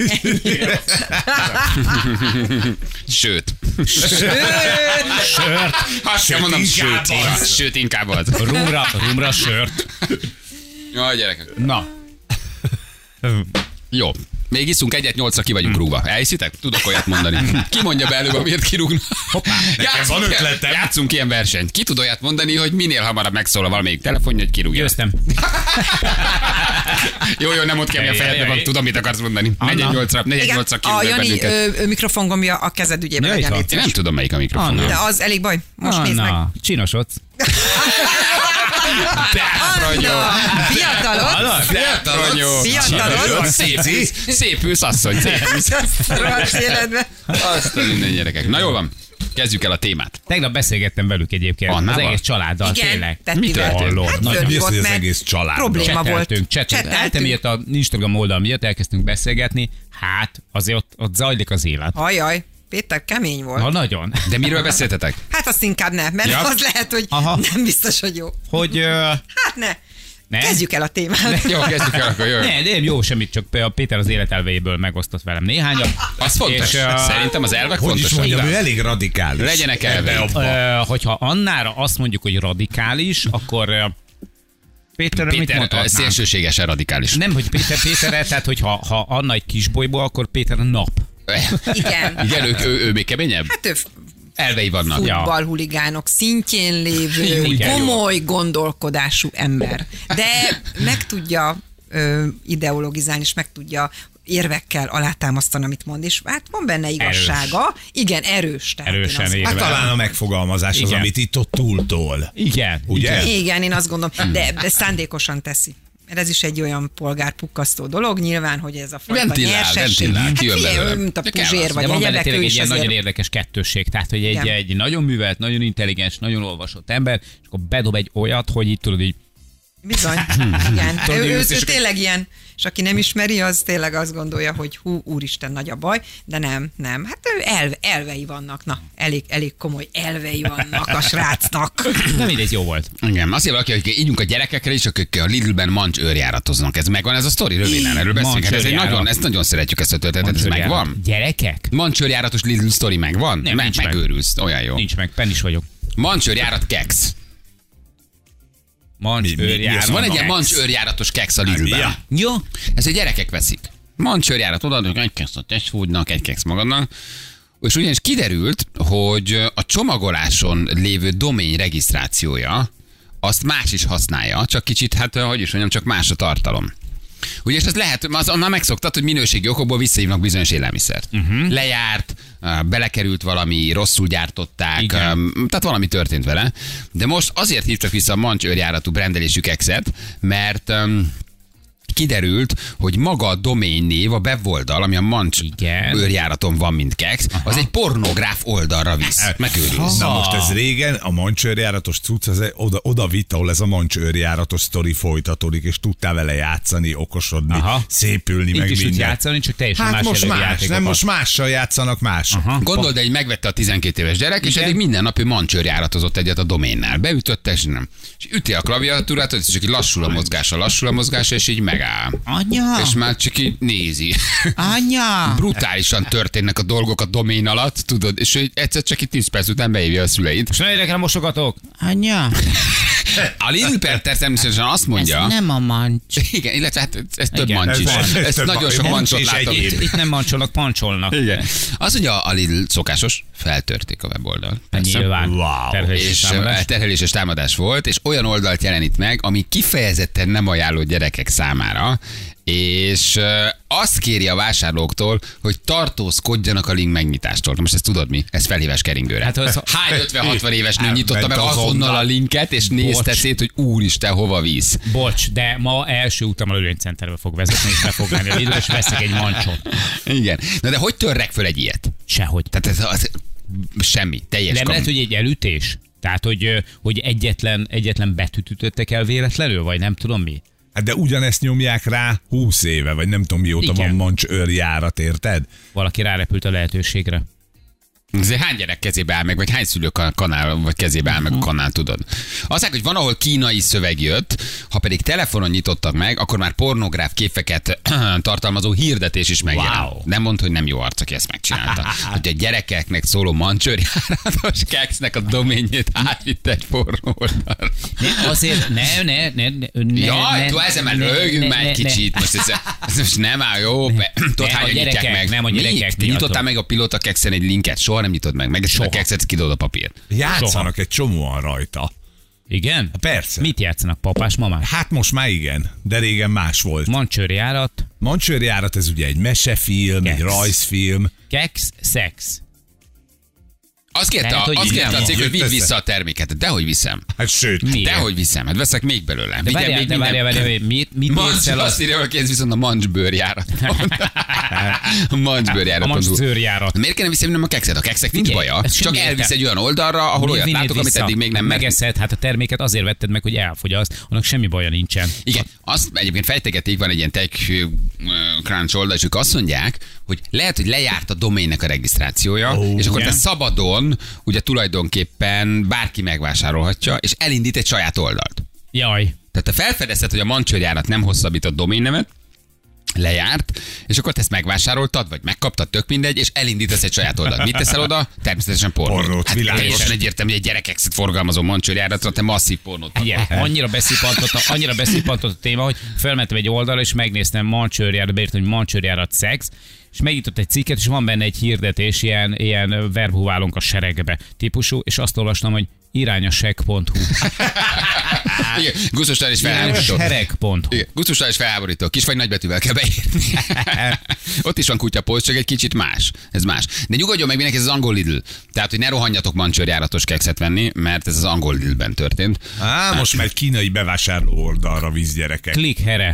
Speaker 2: Sőt.
Speaker 3: Sört!
Speaker 2: Azt sem mondom,
Speaker 4: inkább
Speaker 2: sőt,
Speaker 4: az.
Speaker 2: sőt, inkább az.
Speaker 3: Rumra, rumra sört.
Speaker 2: Jaj, gyerekek.
Speaker 3: Na,
Speaker 2: Jó. Még iszunk egyet, nyolcra ki vagyunk rúgva. Elhiszitek? Tudok olyat mondani. Ki mondja be előbb, amiért kirúgna? Hoppá,
Speaker 4: van ötletem.
Speaker 2: Játszunk ilyen versenyt. Ki tud olyat mondani, hogy minél hamarabb megszólal valamelyik telefonja, hogy kirúgja?
Speaker 3: győztem.
Speaker 2: Jó, jó, nem ott kell, a fejedbe van, tudom, mit akarsz mondani. Negyed nyolcra, negyed
Speaker 5: Igen,
Speaker 2: nyolcra
Speaker 5: a
Speaker 2: kirúgnak
Speaker 5: Jani
Speaker 2: bennünket.
Speaker 5: ö, ö, mikrofongomja a kezed ügyében
Speaker 3: Ja, itt
Speaker 5: legyen
Speaker 3: van.
Speaker 5: légy
Speaker 2: Én nem
Speaker 5: szíves.
Speaker 2: tudom, melyik a mikrofon.
Speaker 3: Anna.
Speaker 5: De az elég baj. Most nézd meg.
Speaker 3: Anna, csinosodsz.
Speaker 5: Anna, fiatalod.
Speaker 2: Fiatalonyó.
Speaker 5: Fiatalod.
Speaker 2: Szép, szép ősz asszony, szép ősz.
Speaker 5: Rohadt életbe.
Speaker 2: Azt a minden gyerekek. Na jól van, kezdjük el a témát.
Speaker 3: Tegnap beszélgettem velük egyébként.
Speaker 2: Annával?
Speaker 3: Az egész családdal,
Speaker 5: Igen,
Speaker 3: tényleg.
Speaker 5: tettivel.
Speaker 2: Mi történt?
Speaker 3: Hallod,
Speaker 5: Hát
Speaker 3: nagyon.
Speaker 5: tök
Speaker 4: Mi az,
Speaker 5: volt,
Speaker 4: hogy az
Speaker 5: mert
Speaker 4: egész család?
Speaker 5: Probléma volt.
Speaker 3: Cseteltünk, cseteltünk.
Speaker 5: Cseteltünk.
Speaker 3: miatt a Instagram oldal miatt elkezdtünk beszélgetni. Hát, azért ott, ott zajlik az élet.
Speaker 5: Ajaj. Péter kemény volt.
Speaker 3: Na nagyon.
Speaker 2: De miről beszéltetek?
Speaker 5: Hát azt inkább nem, mert
Speaker 3: Ja.
Speaker 5: az lehet, hogy
Speaker 3: Aha.
Speaker 5: nem biztos, hogy jó.
Speaker 3: Hogy... Uh,
Speaker 5: Hát ne.
Speaker 3: ne?
Speaker 5: Kezdjük el a témát.
Speaker 2: Jó, kezdjük el, akkor jó.
Speaker 3: Ne, nem jó semmit, csak a Péter az életelveiből megosztott velem néhányat.
Speaker 2: Az fontos.
Speaker 3: És, uh,
Speaker 2: Szerintem az elvek
Speaker 4: Hogy is
Speaker 2: fontosak.
Speaker 4: mondjam, ő elég radikális.
Speaker 2: Legyenek
Speaker 4: Ebbe
Speaker 2: elveid.
Speaker 4: abba.
Speaker 3: Uh, hogyha Annára azt mondjuk, hogy radikális, akkor uh, Péterre mit
Speaker 2: Péter
Speaker 3: mondhatnám?
Speaker 2: szélsőségesen radikális.
Speaker 3: Nem, hogy Péter Péterre, tehát hogyha ha Anna egy kisbolygó, akkor Péter a nap.
Speaker 5: Igen.
Speaker 2: Igen, ő, ő, ő még keményebb?
Speaker 5: Hát ő
Speaker 2: Elvei vannak.
Speaker 3: Ja.
Speaker 5: futballhuligánok szintjén lévő,
Speaker 3: Igen,
Speaker 5: komoly gondolkodású ember. De meg tudja ö, ideologizálni, és meg tudja érvekkel alátámasztani, amit mond, és hát van benne igazsága. Igen, erős. Tehát én
Speaker 3: Erősen
Speaker 5: azt-
Speaker 3: ér.
Speaker 4: Hát talán a megfogalmazás az,
Speaker 3: Igen.
Speaker 4: amit itt ott túltól.
Speaker 3: Igen.
Speaker 4: Ugye?
Speaker 3: Igen.
Speaker 5: Igen, én azt gondolom, de, de szándékosan teszi. Mert ez is egy olyan polgárpukkasztó dolog, nyilván, hogy ez a fajta
Speaker 2: Ventilál,
Speaker 5: nyersesség.
Speaker 2: ventilál,
Speaker 5: Hát
Speaker 2: kijön
Speaker 5: figyelj,
Speaker 2: belőle.
Speaker 5: ő, mint a
Speaker 2: De kell
Speaker 5: Puzsér,
Speaker 2: az.
Speaker 5: vagy
Speaker 3: De van benne
Speaker 5: egyebek,
Speaker 3: tényleg
Speaker 5: ő
Speaker 3: egy
Speaker 5: is
Speaker 3: ilyen
Speaker 5: azért...
Speaker 3: nagyon érdekes kettősség. Tehát, hogy egy,
Speaker 5: Igen.
Speaker 3: egy nagyon művelt, nagyon intelligens, nagyon olvasott ember, és akkor bedob egy olyat, hogy így tudod így,
Speaker 5: Bizony, igen.
Speaker 3: Tudod,
Speaker 5: ő, ő,
Speaker 3: ülsz,
Speaker 5: ő
Speaker 3: és-
Speaker 5: tényleg ilyen, és aki nem ismeri, az tényleg azt gondolja, hogy hú, úristen, nagy a baj, de nem, nem. Hát ő elve, elvei vannak, na, elég, elég komoly elvei vannak a srácnak.
Speaker 3: nem mindegy, jó volt.
Speaker 2: Igen, azt valaki, hogy ígyunk a gyerekekre is, akik a Lidlben mancs őrjáratoznak. Ez megvan, ez a sztori röviden, erről beszélünk. Hát ez egy
Speaker 3: Mancsőrjárat.
Speaker 2: nagyon, ezt nagyon szeretjük, ezt a történetet, ez megvan?
Speaker 3: Gyerekek?
Speaker 2: Mancsőrjáratos Lidl sztori megvan?
Speaker 3: Nem,
Speaker 2: meg,
Speaker 3: nincs meg.
Speaker 2: megőrülsz, olyan jó.
Speaker 3: Nincs meg, pennis vagyok.
Speaker 2: Mancsőrjárat keksz.
Speaker 3: Mancs,
Speaker 4: Mi- mi- mi
Speaker 3: őrjárat.
Speaker 4: az?
Speaker 2: Van egy ilyen
Speaker 3: Kex.
Speaker 2: mancsőrjáratos keksz a Lidlben.
Speaker 4: Ja.
Speaker 3: Jó.
Speaker 2: Ez a gyerekek veszik. Mancsőrjárat odaadnak, egy keksz a testfoodnak, egy keksz magadnak. És ugyanis kiderült, hogy a csomagoláson lévő domain regisztrációja azt más is használja, csak kicsit, hát hogy is mondjam, csak más a tartalom. Ugye, és ez lehet, az annál megszoktad, hogy minőségi okokból visszahívnak bizonyos élelmiszert. Uh-huh. Lejárt, uh, belekerült valami, rosszul gyártották,
Speaker 3: Igen.
Speaker 2: um, tehát valami történt vele. De most azért hívtak vissza a mancs őrjáratú rendelésű kekszet, mert um, kiderült, hogy maga a domain név, a weboldal, ami a mancs
Speaker 3: Igen.
Speaker 2: őrjáraton van, mint keksz, az egy pornográf oldalra visz. Megőrülsz.
Speaker 4: Na most ez régen a mancsőrjáratos cucc, az oda, oda vitt, ahol ez a mancsőrjáratos sztori folytatódik, és tudtál vele játszani, okosodni,
Speaker 3: Aha.
Speaker 4: szépülni,
Speaker 3: Itt
Speaker 4: meg
Speaker 3: is tudsz
Speaker 4: minden.
Speaker 3: játszani, csak teljesen
Speaker 4: Hát
Speaker 3: más
Speaker 4: most
Speaker 3: jellegű
Speaker 4: más,
Speaker 3: játékokat.
Speaker 4: nem, most mással játszanak más.
Speaker 2: Gondold, hogy megvette a tizenkét éves gyerek, és
Speaker 3: Igen.
Speaker 2: eddig minden nap ő mancsőrjáratozott egyet a doménnel. Beütötte, és nem. És üti a klaviatúrát, és csak így lassul a mozgása, lassul a mozgása, és így megáll.
Speaker 3: Anya!
Speaker 2: És már csak így nézi.
Speaker 3: Anya!
Speaker 2: Brutálisan történnek a dolgok a domén alatt, tudod, és ő egyszer csak itt tíz perc után beívja a szüleit.
Speaker 3: És ne idegen mosogatok. Anya!
Speaker 2: A Lidl Perter természetesen azt mondja,
Speaker 3: nem a mancs.
Speaker 2: igen, illetve hát ez, ez több
Speaker 3: Igen,
Speaker 2: mancs is.
Speaker 4: ez van.
Speaker 2: Ez
Speaker 4: Több
Speaker 2: nagyon
Speaker 4: mancs
Speaker 2: sok mancsot
Speaker 4: és
Speaker 2: látom.
Speaker 4: egyéb.
Speaker 3: Itt, itt nem mancsolnak, pancsolnak.
Speaker 2: Igen. Az ugye a Lidl szokásos, feltörték a weboldal. Persze.
Speaker 3: Nyilván.
Speaker 4: Wow.
Speaker 3: Terhelési
Speaker 2: És
Speaker 3: támadás.
Speaker 2: ö, terheléses támadás volt, és olyan oldalt jelenít meg, ami kifejezetten nem ajánló gyerekek számára, és ö, azt kéri a vásárlóktól, hogy tartózkodjanak a link megnyitástól. Most ezt tudod mi? Ez felhívás keringőre.
Speaker 3: Hát az-
Speaker 2: Hány ötven-hatvan éves nő nyitotta meg
Speaker 4: Elment
Speaker 2: azonnal
Speaker 4: azonnal.
Speaker 2: a linket, és nézte
Speaker 3: Bocs.
Speaker 2: szét, hogy úristen, hova visz.
Speaker 3: Bocs, de ma első utam a lőnycenterbe fog vezetni, és be fog menni a Lidl, és veszek egy mancsot.
Speaker 2: Igen. Na de hogy törrek föl egy ilyet?
Speaker 3: Sehogy.
Speaker 2: Tehát ez az, semmi, teljes
Speaker 3: Nem
Speaker 2: kamu.
Speaker 3: lehet, hogy egy elütés? Tehát, hogy, ö, hogy egyetlen, egyetlen betűt ütöttek el véletlenül, vagy nem tudom mi?
Speaker 4: Hát de ugyanezt nyomják rá húsz éve, vagy nem tudom mióta
Speaker 3: Igen.
Speaker 4: van mancsőrjárat, érted?
Speaker 3: Valaki rárepült a lehetőségre.
Speaker 2: Azért hány gyerek kezébe áll meg, vagy hány szülő ka- kanál, vagy kezébe áll meg a kanál, tudod? Azt mondják, hogy van, ahol kínai szöveg jött, ha pedig telefonon nyitottak meg, akkor már pornográf képeket tartalmazó hirdetés is megjelent.
Speaker 3: Wow.
Speaker 2: Nem mondd, hogy nem jó arc, aki ezt megcsinálta. Hogy a gyerekeknek szóló mancsőrjáratos keksznek a doménjét átvitt egy pornó oldalra.
Speaker 3: Ne, azért, ne, ne, ne, ne, ne
Speaker 2: Jaj,
Speaker 3: ne,
Speaker 2: tú, ezen már
Speaker 3: ne,
Speaker 2: röhögjünk
Speaker 3: ne,
Speaker 2: már egy
Speaker 3: ne, ne.
Speaker 2: kicsit. Most ez, ez most nem áll jó. Be- Tudod,
Speaker 3: Nem, a
Speaker 2: hányan nyitják
Speaker 3: gyerekek,
Speaker 2: meg?
Speaker 3: nem a
Speaker 2: Mi?
Speaker 3: gyerekek
Speaker 2: Te
Speaker 3: miatt.
Speaker 2: nyitottál meg a pilóta kekszen egy linket, soha nem nyitod meg. Meg
Speaker 3: Soha.
Speaker 2: a kekszet, kidobod a papír.
Speaker 4: Játszanak
Speaker 3: Soha.
Speaker 4: egy csomóan rajta.
Speaker 3: Igen?
Speaker 4: Persze.
Speaker 3: Mit játszanak, papás, mamás?
Speaker 4: Hát most már igen, de régen más volt.
Speaker 3: Mancsőrjárat,
Speaker 4: Mancsőrjárat, ez ugye egy mesefilm, egy
Speaker 3: Keksz.
Speaker 4: rajzfilm.
Speaker 3: keksz, szex.
Speaker 2: Azt kérte,
Speaker 3: Lehet, hogy
Speaker 2: azt
Speaker 3: így
Speaker 2: kérte a
Speaker 3: nem
Speaker 2: cég,
Speaker 4: van.
Speaker 2: hogy vidd
Speaker 4: Jött
Speaker 2: vissza a terméket. Dehogy viszem.
Speaker 4: Hát sőt,
Speaker 3: Mi?
Speaker 2: Dehogy viszem. Hát veszek még belőle.
Speaker 3: De
Speaker 2: Vigyem
Speaker 3: várjál,
Speaker 2: még
Speaker 3: de
Speaker 2: minden-
Speaker 3: várjál, várjál, mit, mit
Speaker 2: Mancs,
Speaker 3: érsz el
Speaker 2: azt
Speaker 3: az?
Speaker 2: írja, hogy ez viszont a mancsbőrjárat. A mancsbőrjárat.
Speaker 3: A mancsbőrjárat.
Speaker 2: Miért kéne visszavinnem a kekszet? A kekszek nincs
Speaker 3: Figyelj,
Speaker 2: baja.
Speaker 3: ez
Speaker 2: Csak
Speaker 3: semmi
Speaker 2: elvisz
Speaker 3: értelme.
Speaker 2: egy olyan oldalra, ahol
Speaker 3: Miért
Speaker 2: olyat
Speaker 3: vinnéd
Speaker 2: látok, amit
Speaker 3: vissza?
Speaker 2: eddig még nem mert.
Speaker 3: Megeszed, hát a terméket azért vetted meg, hogy elfogyaszt, annak semmi baja nincsen.
Speaker 2: Igen, azt egyébként fejtegetik, van egy ilyen tech Crunch oldal, és ők azt mondják, hogy lehet, hogy lejárt a domainnek a regisztrációja, oh, és akkor te szabadon, ugye tulajdonképpen bárki megvásárolhatja, és elindít egy saját oldalt.
Speaker 3: Jaj.
Speaker 2: Tehát te felfedezted, hogy a mancsőrjárat nem hosszabbított domainnevet, lejárt, és akkor te ezt megvásároltad, vagy megkaptad, tök mindegy, és elindítasz egy saját oldalt. Mit teszel oda? Természetesen pornót.
Speaker 4: Pornót,
Speaker 2: hát
Speaker 4: világos.
Speaker 2: teljesen egyértelmű, hogy egy gyerekexet forgalmazó mancsőrjáratra te masszív pornót.
Speaker 3: Igen, annyira beszippantott, a- annyira beszippantott a téma, hogy felmentem egy oldalra, és megnéztem mancsőrjárat, beírtam, hogy mancsőrjárat szex, és megnyitott egy cikket, és van benne egy hirdetés, ilyen, ilyen verbuválunk a seregbe típusú, és azt olvastam, hogy irány a seg pont hu.
Speaker 2: Igen, gusztustalan és
Speaker 3: Irány a
Speaker 2: felháborító.
Speaker 3: sereg pont hu.
Speaker 2: Igen, gusztustalan és felháborító. Kis vagy nagybetűvel kell beírni. Ott is van kutyapolc, csak egy kicsit más. Ez más. De nyugodjon meg mindenki, ez az angol Lidl. Tehát, hogy ne rohanjatok mancsőrjáratos kekszet venni, mert ez az angol Lidlben történt.
Speaker 4: Á, most már kínai bevásárló oldalra víz gyerekek.
Speaker 3: Klik here.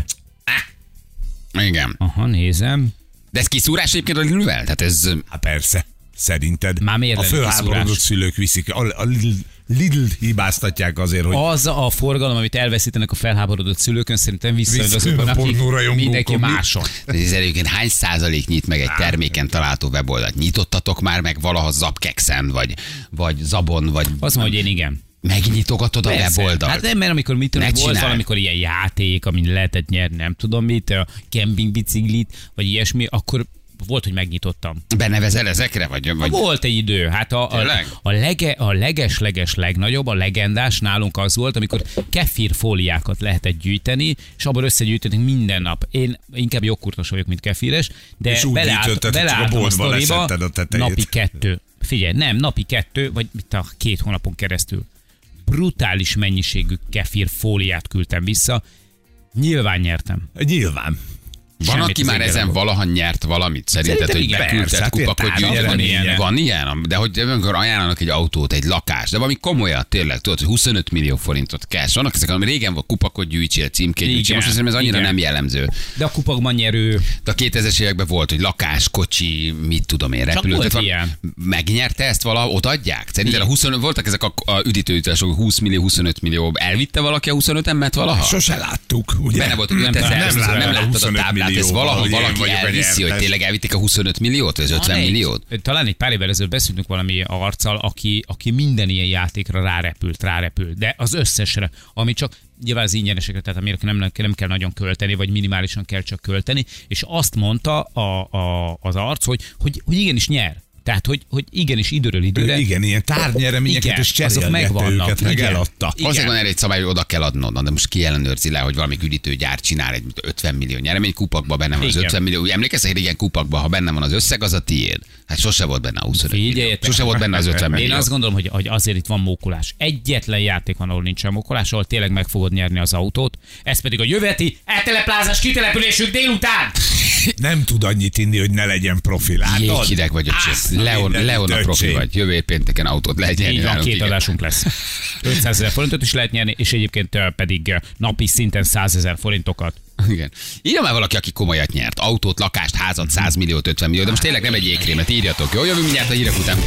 Speaker 2: Igen.
Speaker 3: Aha, nézem.
Speaker 2: De ez kiszúrás egyébként a Lidlvel? Tehát ez...
Speaker 4: Hát persze. Szerinted?
Speaker 3: Már miért
Speaker 4: a
Speaker 3: lenne
Speaker 4: fölháborodott
Speaker 3: kiszúrás?
Speaker 4: szülők viszik. A, a Lidl, Lidl hibáztatják azért, hogy
Speaker 3: Az a forgalom, amit elveszítenek a felháborodott szülőkön, szerintem visszajön
Speaker 4: Vissza-
Speaker 3: azokon,
Speaker 4: a
Speaker 3: akik
Speaker 4: pornórajongókon
Speaker 3: mindenki
Speaker 4: mi?
Speaker 3: máson.
Speaker 2: De ez egyébként hány százalék nyit meg egy terméken található weboldalt? Nyitottatok már meg valaha Zapkexen, vagy, vagy Zabon, vagy...
Speaker 3: Azt mondom, hogy én igen.
Speaker 2: Megnyitogatod a
Speaker 3: Persze.
Speaker 2: weboldalt?
Speaker 3: Hát nem, mert amikor mit tudom,
Speaker 2: Ne
Speaker 3: volt
Speaker 2: csináld.
Speaker 3: valamikor ilyen játék, amin lehetett nyerni, nem tudom mit, a kempingbiciklit, vagy ilyesmi, akkor volt, hogy megnyitottam.
Speaker 2: Benevezel ezekre? Vagy, vagy...
Speaker 3: Volt egy idő, hát a, a,
Speaker 2: Tényleg?
Speaker 3: a, lege, a leges-leges legnagyobb, a legendás nálunk az volt, amikor kefirfóliákat lehetett gyűjteni, és abból összegyűjtöttünk minden nap. Én inkább jogkurtos vagyok, mint kefíres, de
Speaker 4: És úgy
Speaker 3: beleállt,
Speaker 4: gyűjtötted, hogy csak a
Speaker 3: beleálltam a
Speaker 4: boltba
Speaker 3: sztoriba,
Speaker 4: leszetted a tetejét.
Speaker 3: napi kettő. Figyelj, nem, napi kettő, vagy mit a két hónapon keresztül. Brutális mennyiségű kefirfóliát küldtem vissza. Nyilván nyertem.
Speaker 4: nyilván.
Speaker 2: Van,
Speaker 3: Semmit
Speaker 2: aki
Speaker 3: az
Speaker 2: már
Speaker 3: égre
Speaker 2: ezen
Speaker 3: nem volt.
Speaker 2: valaha nyert valamit? Szerinted,
Speaker 3: Szerintem
Speaker 2: hogy
Speaker 3: igen.
Speaker 2: beküldted
Speaker 4: Persze, hát
Speaker 2: kupakot
Speaker 4: ilyen
Speaker 2: gyűjteni?
Speaker 4: tárom,
Speaker 2: Van
Speaker 3: van
Speaker 2: ilyen.
Speaker 3: ilyen.
Speaker 2: Van ilyen? De hogy amikor ajánlanak egy autót, egy lakást, de valami komolyat tényleg, tudod, hogy huszonöt millió forintot cash. Vannak ezek, ami régen volt kupakot gyűjtsél, címkét gyűjtsél,
Speaker 3: Igen,
Speaker 2: most azt hiszem ez annyira
Speaker 3: igen.
Speaker 2: nem jellemző.
Speaker 3: De a kupakban nyerő.
Speaker 2: De a kétezres években volt, hogy lakás, kocsi, mit tudom én, repülő.
Speaker 3: volt
Speaker 2: Tehát
Speaker 3: ilyen.
Speaker 2: van- Megnyerte ezt valaha, odaadják? Szerinted a huszonöt, voltak ezek a, a üdítőütások, húsz millió, huszonöt millió. Elvitte valaki a huszonöt emmet valaha?
Speaker 4: Sose láttuk, ugye?
Speaker 2: Benne volt, hogy
Speaker 3: Nem
Speaker 2: ötezer,
Speaker 3: láttam.
Speaker 2: nem,
Speaker 4: Nem
Speaker 2: nem
Speaker 4: láttam
Speaker 2: láttad a
Speaker 4: huszonöt
Speaker 2: táblát, ez
Speaker 4: millióval,
Speaker 2: valahol
Speaker 4: hogy én
Speaker 2: valaki
Speaker 4: vagyok a
Speaker 2: elviszi, hogy
Speaker 4: nyertes.
Speaker 2: tényleg elvitték a huszonöt milliót, vagy az ötven
Speaker 3: Van egy-
Speaker 2: milliót?
Speaker 3: Talán egy pár évvel ezelőtt beszéltünk valami arccal, aki, aki minden ilyen játékra rárepült, rárepült. De az összesre, ami csak nyilván az ingyenesekre, tehát amire nem, nem kell nagyon költeni, vagy minimálisan kell csak költeni, és azt mondta a, a, az arc, hogy, hogy, hogy igenis nyer. Tehát, hogy, hogy igenis időről időre.
Speaker 4: Igen, ilyen tárgynyereményeket,
Speaker 3: Igen,
Speaker 4: és
Speaker 3: azok
Speaker 4: cserélgette
Speaker 3: megvannak.
Speaker 4: őket, meg
Speaker 3: Igen.
Speaker 4: eladta.
Speaker 3: Igen.
Speaker 2: Azért van erre egy szabály, hogy oda kell adnod, de most ki ellenőrzi le, hogy valami üdítőgyár csinál egy ötven millió nyeremény, kupakban benne van az
Speaker 3: Igen.
Speaker 2: ötven millió. Úgy emlékeztek, régen kupakban, ha benne van az összeg, az a tiéd. Hát sose volt benne a huszonöt millió.
Speaker 3: Figyeljetek.
Speaker 2: Sose volt benne az ötven millió.
Speaker 3: Én azt gondolom, hogy, hogy azért itt van mókolás. Egyetlen játék van, ahol nincsen mókolás, ahol tényleg meg fogod nyerni az autót. Ez pedig a jövő heti elteleplázás kitelepülésünk délután.
Speaker 4: Nem tud annyit inni, hogy ne legyen profi. Látod?
Speaker 2: Jéghideg vagy, öcsém. Leon,
Speaker 4: minden
Speaker 2: Leon a profi
Speaker 4: öcsém.
Speaker 2: vagy. Jövő pénteken autót lehet nyerni.
Speaker 3: Így van,
Speaker 2: nálunk,
Speaker 3: két
Speaker 2: igen.
Speaker 3: adásunk lesz. ötszázezer forintot is lehet nyerni, és egyébként ö, pedig ö, napi szinten százezer forintokat.
Speaker 2: Igen. Írja már valaki, aki komolyat nyert. Autót, lakást, házat, száz milliót, ötven milliót, de most tényleg nem egy jégkrémet, írjatok. Jó, jövő mindjárt a hírek után.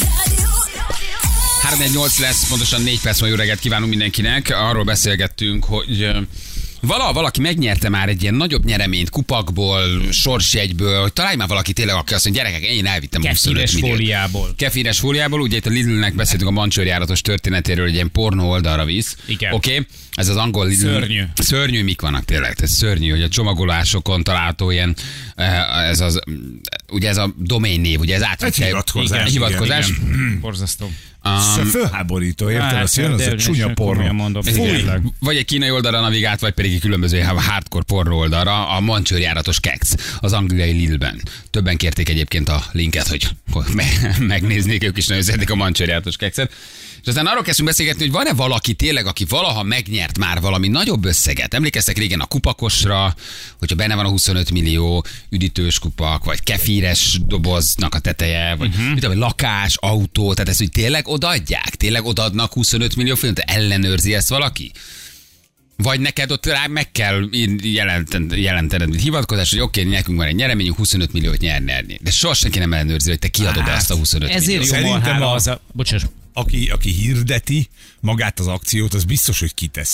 Speaker 2: három nyolc lesz, pontosan négy perc van, jó reggelt kívánunk mindenkinek. Arról beszélgettünk, hogy ö, vala, valaki megnyerte már egy ilyen nagyobb nyereményt kupakból, sorsjegyből, hogy találj már valaki tényleg, aki azt mondja, gyerekek, én elvittem a huszonöt
Speaker 3: Kefíres
Speaker 2: milliót.
Speaker 3: fóliából.
Speaker 2: Kefíres fóliából, ugye itt a Lidlnek beszéltünk a mancsőrjáratos történetéről, hogy ilyen pornó oldalra visz.
Speaker 3: Igen.
Speaker 2: Oké, okay. Ez az angol Lidl.
Speaker 3: Szörnyű.
Speaker 2: Szörnyű, mik vannak tényleg? Ez szörnyű, hogy a csomagolásokon található ilyen, eh, ez az, ugye ez a domain név, ugye ez át
Speaker 4: Egy hivatkozás,
Speaker 2: Igen, hivatkozás.
Speaker 3: Igen. Borzasztó.
Speaker 4: Ez fölháborító, érted?
Speaker 3: Hát,
Speaker 4: Azt jön, az
Speaker 3: de-
Speaker 4: a csúnya
Speaker 3: de-
Speaker 4: pornó.
Speaker 3: komolyan mondom,
Speaker 4: Fúj.
Speaker 3: tényleg.
Speaker 2: Vagy egy kínai oldalra navigált, vagy pedig egy különböző hardcore pornó oldalra, a mancsőrjáratos keks az angliai Lidlben. Többen kérték egyébként a linket, hogy, hogy me- megnéznék, ők is nagyon szeretik a mancsőrjáratos kekset. És aztán arról kezdünk beszélgetni, hogy van-e valaki tényleg, aki valaha megnyert már valami nagyobb összeget. Emlékeztek régen a kupakosra, hogyha benne van a huszonöt millió üdítős kupak, vagy kefíres doboznak a teteje, vagy uh-huh. mit tudom, lakás, autó, tehát ezt, hogy tényleg odaadják, tényleg odaadnak huszonöt millió forintot, ellenőrzi ezt valaki? Vagy neked ott rá meg kell jelentened, jelentened mint hivatkozás, hogy oké, okay, nekünk van egy nyereményünk, huszonöt milliót nyerni. De soha senki nem ellenőrzi, hogy te kiadod
Speaker 4: Hát,
Speaker 2: azt a huszonöt
Speaker 3: Ezért
Speaker 2: milliót.
Speaker 3: jó
Speaker 4: Szerintem
Speaker 3: marhára
Speaker 4: a-
Speaker 3: az a... Bocsáss.
Speaker 4: Aki, aki hirdeti magát az akciót, az biztos, hogy kiteszi.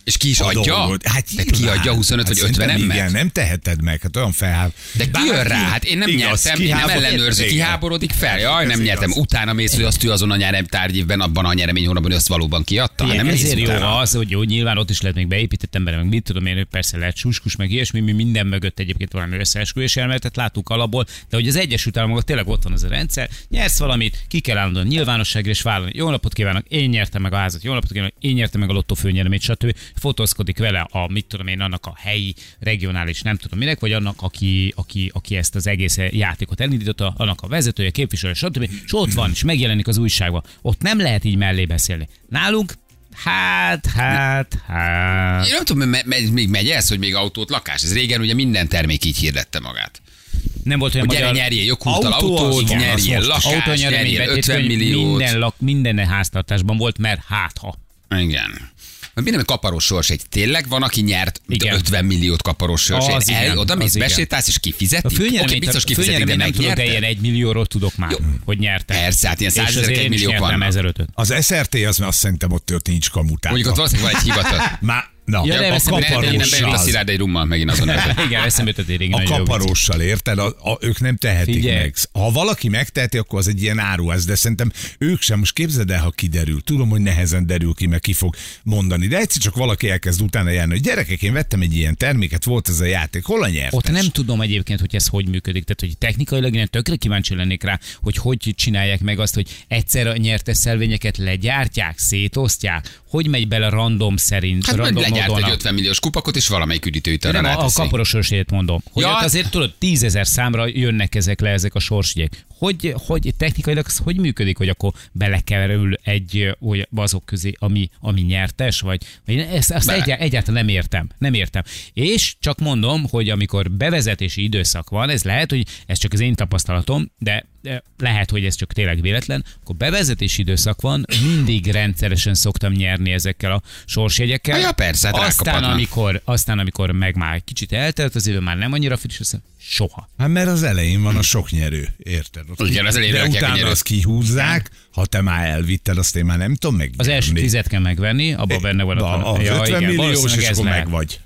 Speaker 2: És ki is
Speaker 4: a
Speaker 2: adja?
Speaker 4: dolgot. Hát
Speaker 2: Tehát ki adja huszonöt vagy ötven emmet?
Speaker 4: Igen, nem teheted meg, hát olyan felháb.
Speaker 2: De ki jön rá? Hát én nem
Speaker 4: Igaz,
Speaker 2: nyertem, én nem
Speaker 4: kiháborod-
Speaker 2: ellenőrző,
Speaker 4: igen.
Speaker 2: kiháborodik fel. Jaj, nem
Speaker 4: Ez
Speaker 2: nyertem.
Speaker 4: igaz.
Speaker 2: Utána mész, hogy azt ő azon a nyerem tárgyévben, abban a nyeremény hónapban, hogy azt valóban kiadta. Hát
Speaker 3: Igen,
Speaker 2: nem mész
Speaker 3: ezért jó
Speaker 2: utána.
Speaker 3: az, hogy jó, nyilván ott is lehet még beépített ember, meg mit tudom én, persze lehet suskus, meg ilyesmi, mi minden mögött egyébként valami összeesküvés elméletet látunk alapból, de hogy az Egyesült Államokban tényleg ott van az a rendszer, nyersz valamit, ki kell állnod a nyilvánosságra és vállalni. Jó napot kívánok, én nyertem meg a házat, jó napot kívánok, én nyertem meg a lottó főnyeremét, stb. Fotózkodik vele a, mit tudom én, annak a helyi, regionális, nem tudom minek, vagy annak, aki, aki, aki ezt az egész játékot elindította, annak a vezetője, képviselő, stb. És ott van, és megjelenik az újságban. Ott nem lehet így mellé beszélni. Nálunk Hát, hát, hát.
Speaker 2: Én nem tudom, me- me- még megy ez, hogy még autót, lakás. Ez régen ugye minden termék így hirdette magát.
Speaker 3: Nem volt olyan
Speaker 2: Hogy gyere,
Speaker 3: magyar...
Speaker 2: nyerjél jogkulttal
Speaker 4: Autó az
Speaker 2: autót,
Speaker 4: van, az
Speaker 2: nyerjél
Speaker 4: most.
Speaker 2: lakást,
Speaker 3: Autónyeremény
Speaker 2: nyerjél ötven
Speaker 3: betétkönyv
Speaker 2: milliót.
Speaker 3: minden, lak, minden háztartásban volt, mert hát ha.
Speaker 2: Igen. Minden kaparós sorsegy. Tényleg van, aki nyert
Speaker 3: Igen.
Speaker 2: ötven milliót kaparós sorsegy.
Speaker 3: Az igen,
Speaker 2: Oda mész,
Speaker 3: az igen.
Speaker 2: besétálsz és kifizeti?
Speaker 3: A főnyereményt,
Speaker 2: Oké, biztos
Speaker 3: a
Speaker 2: kifizetik, de
Speaker 3: főnyereményt nem tudok, de
Speaker 2: megnyerte?
Speaker 3: ilyen egy millióról tudok már,
Speaker 2: Jó.
Speaker 3: hogy nyertem.
Speaker 2: Persze, hát ilyen
Speaker 3: És azért
Speaker 2: százezrek,
Speaker 3: én is
Speaker 2: milliók
Speaker 3: nyertem
Speaker 2: vannak.
Speaker 3: ezerötöt.
Speaker 4: Az es er té az, azt szerintem ott tört nincs kamután.
Speaker 2: Mondjuk ott valószínűleg van egy hivatal.
Speaker 4: Már, na,
Speaker 3: Ja, de
Speaker 4: a
Speaker 3: eszembe-
Speaker 2: Nem, nem, nem, bejött a
Speaker 4: kaparóssal.
Speaker 2: Szilárd egy rummal megint azon.
Speaker 3: Igen, eszembe jutott egy régi
Speaker 4: A
Speaker 3: nagyon jó vicc.
Speaker 4: kaparóssal, érted? A, a, ők nem tehetik
Speaker 3: Figyelj.
Speaker 4: meg. Ha valaki megteheti, akkor az egy ilyen áruház, de szerintem ők sem. Most képzeld el, ha kiderül. Tudom, hogy nehezen derül ki, meg ki fog mondani. De egyszer csak valaki elkezd utána járni, hogy gyerekek, én vettem egy ilyen terméket, volt ez a játék, hol a nyertes?
Speaker 3: Ott nem tudom egyébként, hogy ez hogy működik. Tehát, hogy technikailag én tökre kíváncsi lennék rá, hogy hogy csinálják meg azt, hogy egyszer a nyertes szelvényeket legyártják, szétosztják, hogy megy bele random szerint,
Speaker 2: Hát majd
Speaker 3: random
Speaker 2: legyárt
Speaker 3: módon.
Speaker 2: egy
Speaker 3: a-
Speaker 2: ötven milliós kupakot, és valamelyik üdítőütőre
Speaker 3: Nem, a, a
Speaker 2: ráteszi.
Speaker 3: kaporosőrsét mondom. Hogy
Speaker 2: Ja.
Speaker 3: ott azért tudod, tízezer számra jönnek ezek le, ezek a sorsjegyek. Hogy, hogy technikailag az hogy működik, hogy akkor belekerül egy olyan azok közé, ami, ami nyertes, vagy, vagy én ezt, ezt
Speaker 2: Bele.
Speaker 3: egyá, egyáltalán nem értem. Nem értem. És csak mondom, hogy amikor bevezetési időszak van, ez lehet, hogy ez csak az én tapasztalatom, de de lehet, hogy ez csak tényleg véletlen, akkor bevezetési időszak van, mindig rendszeresen szoktam nyerni ezekkel a sorsjegyekkel.
Speaker 2: Ja, persze, hát
Speaker 3: aztán,
Speaker 2: rákaphatnak.
Speaker 3: amikor, aztán, amikor meg már kicsit eltelt az idő, már nem annyira friss, aztán soha.
Speaker 4: Hát mert az elején van a sok nyerő, érted? Ott
Speaker 2: Igen, az elején
Speaker 4: de
Speaker 2: rakják a
Speaker 4: utána
Speaker 2: nyerőt.
Speaker 4: azt kihúzzák, ha te már elvitted, azt én már nem tudom meg.
Speaker 3: Az első tizet kell megvenni, abban benne van
Speaker 4: a, a
Speaker 3: ja,
Speaker 4: ötven
Speaker 3: igen,
Speaker 4: milliós,
Speaker 3: valószínűleg
Speaker 4: és
Speaker 3: ez
Speaker 4: akkor
Speaker 3: lehet.
Speaker 4: meg vagy.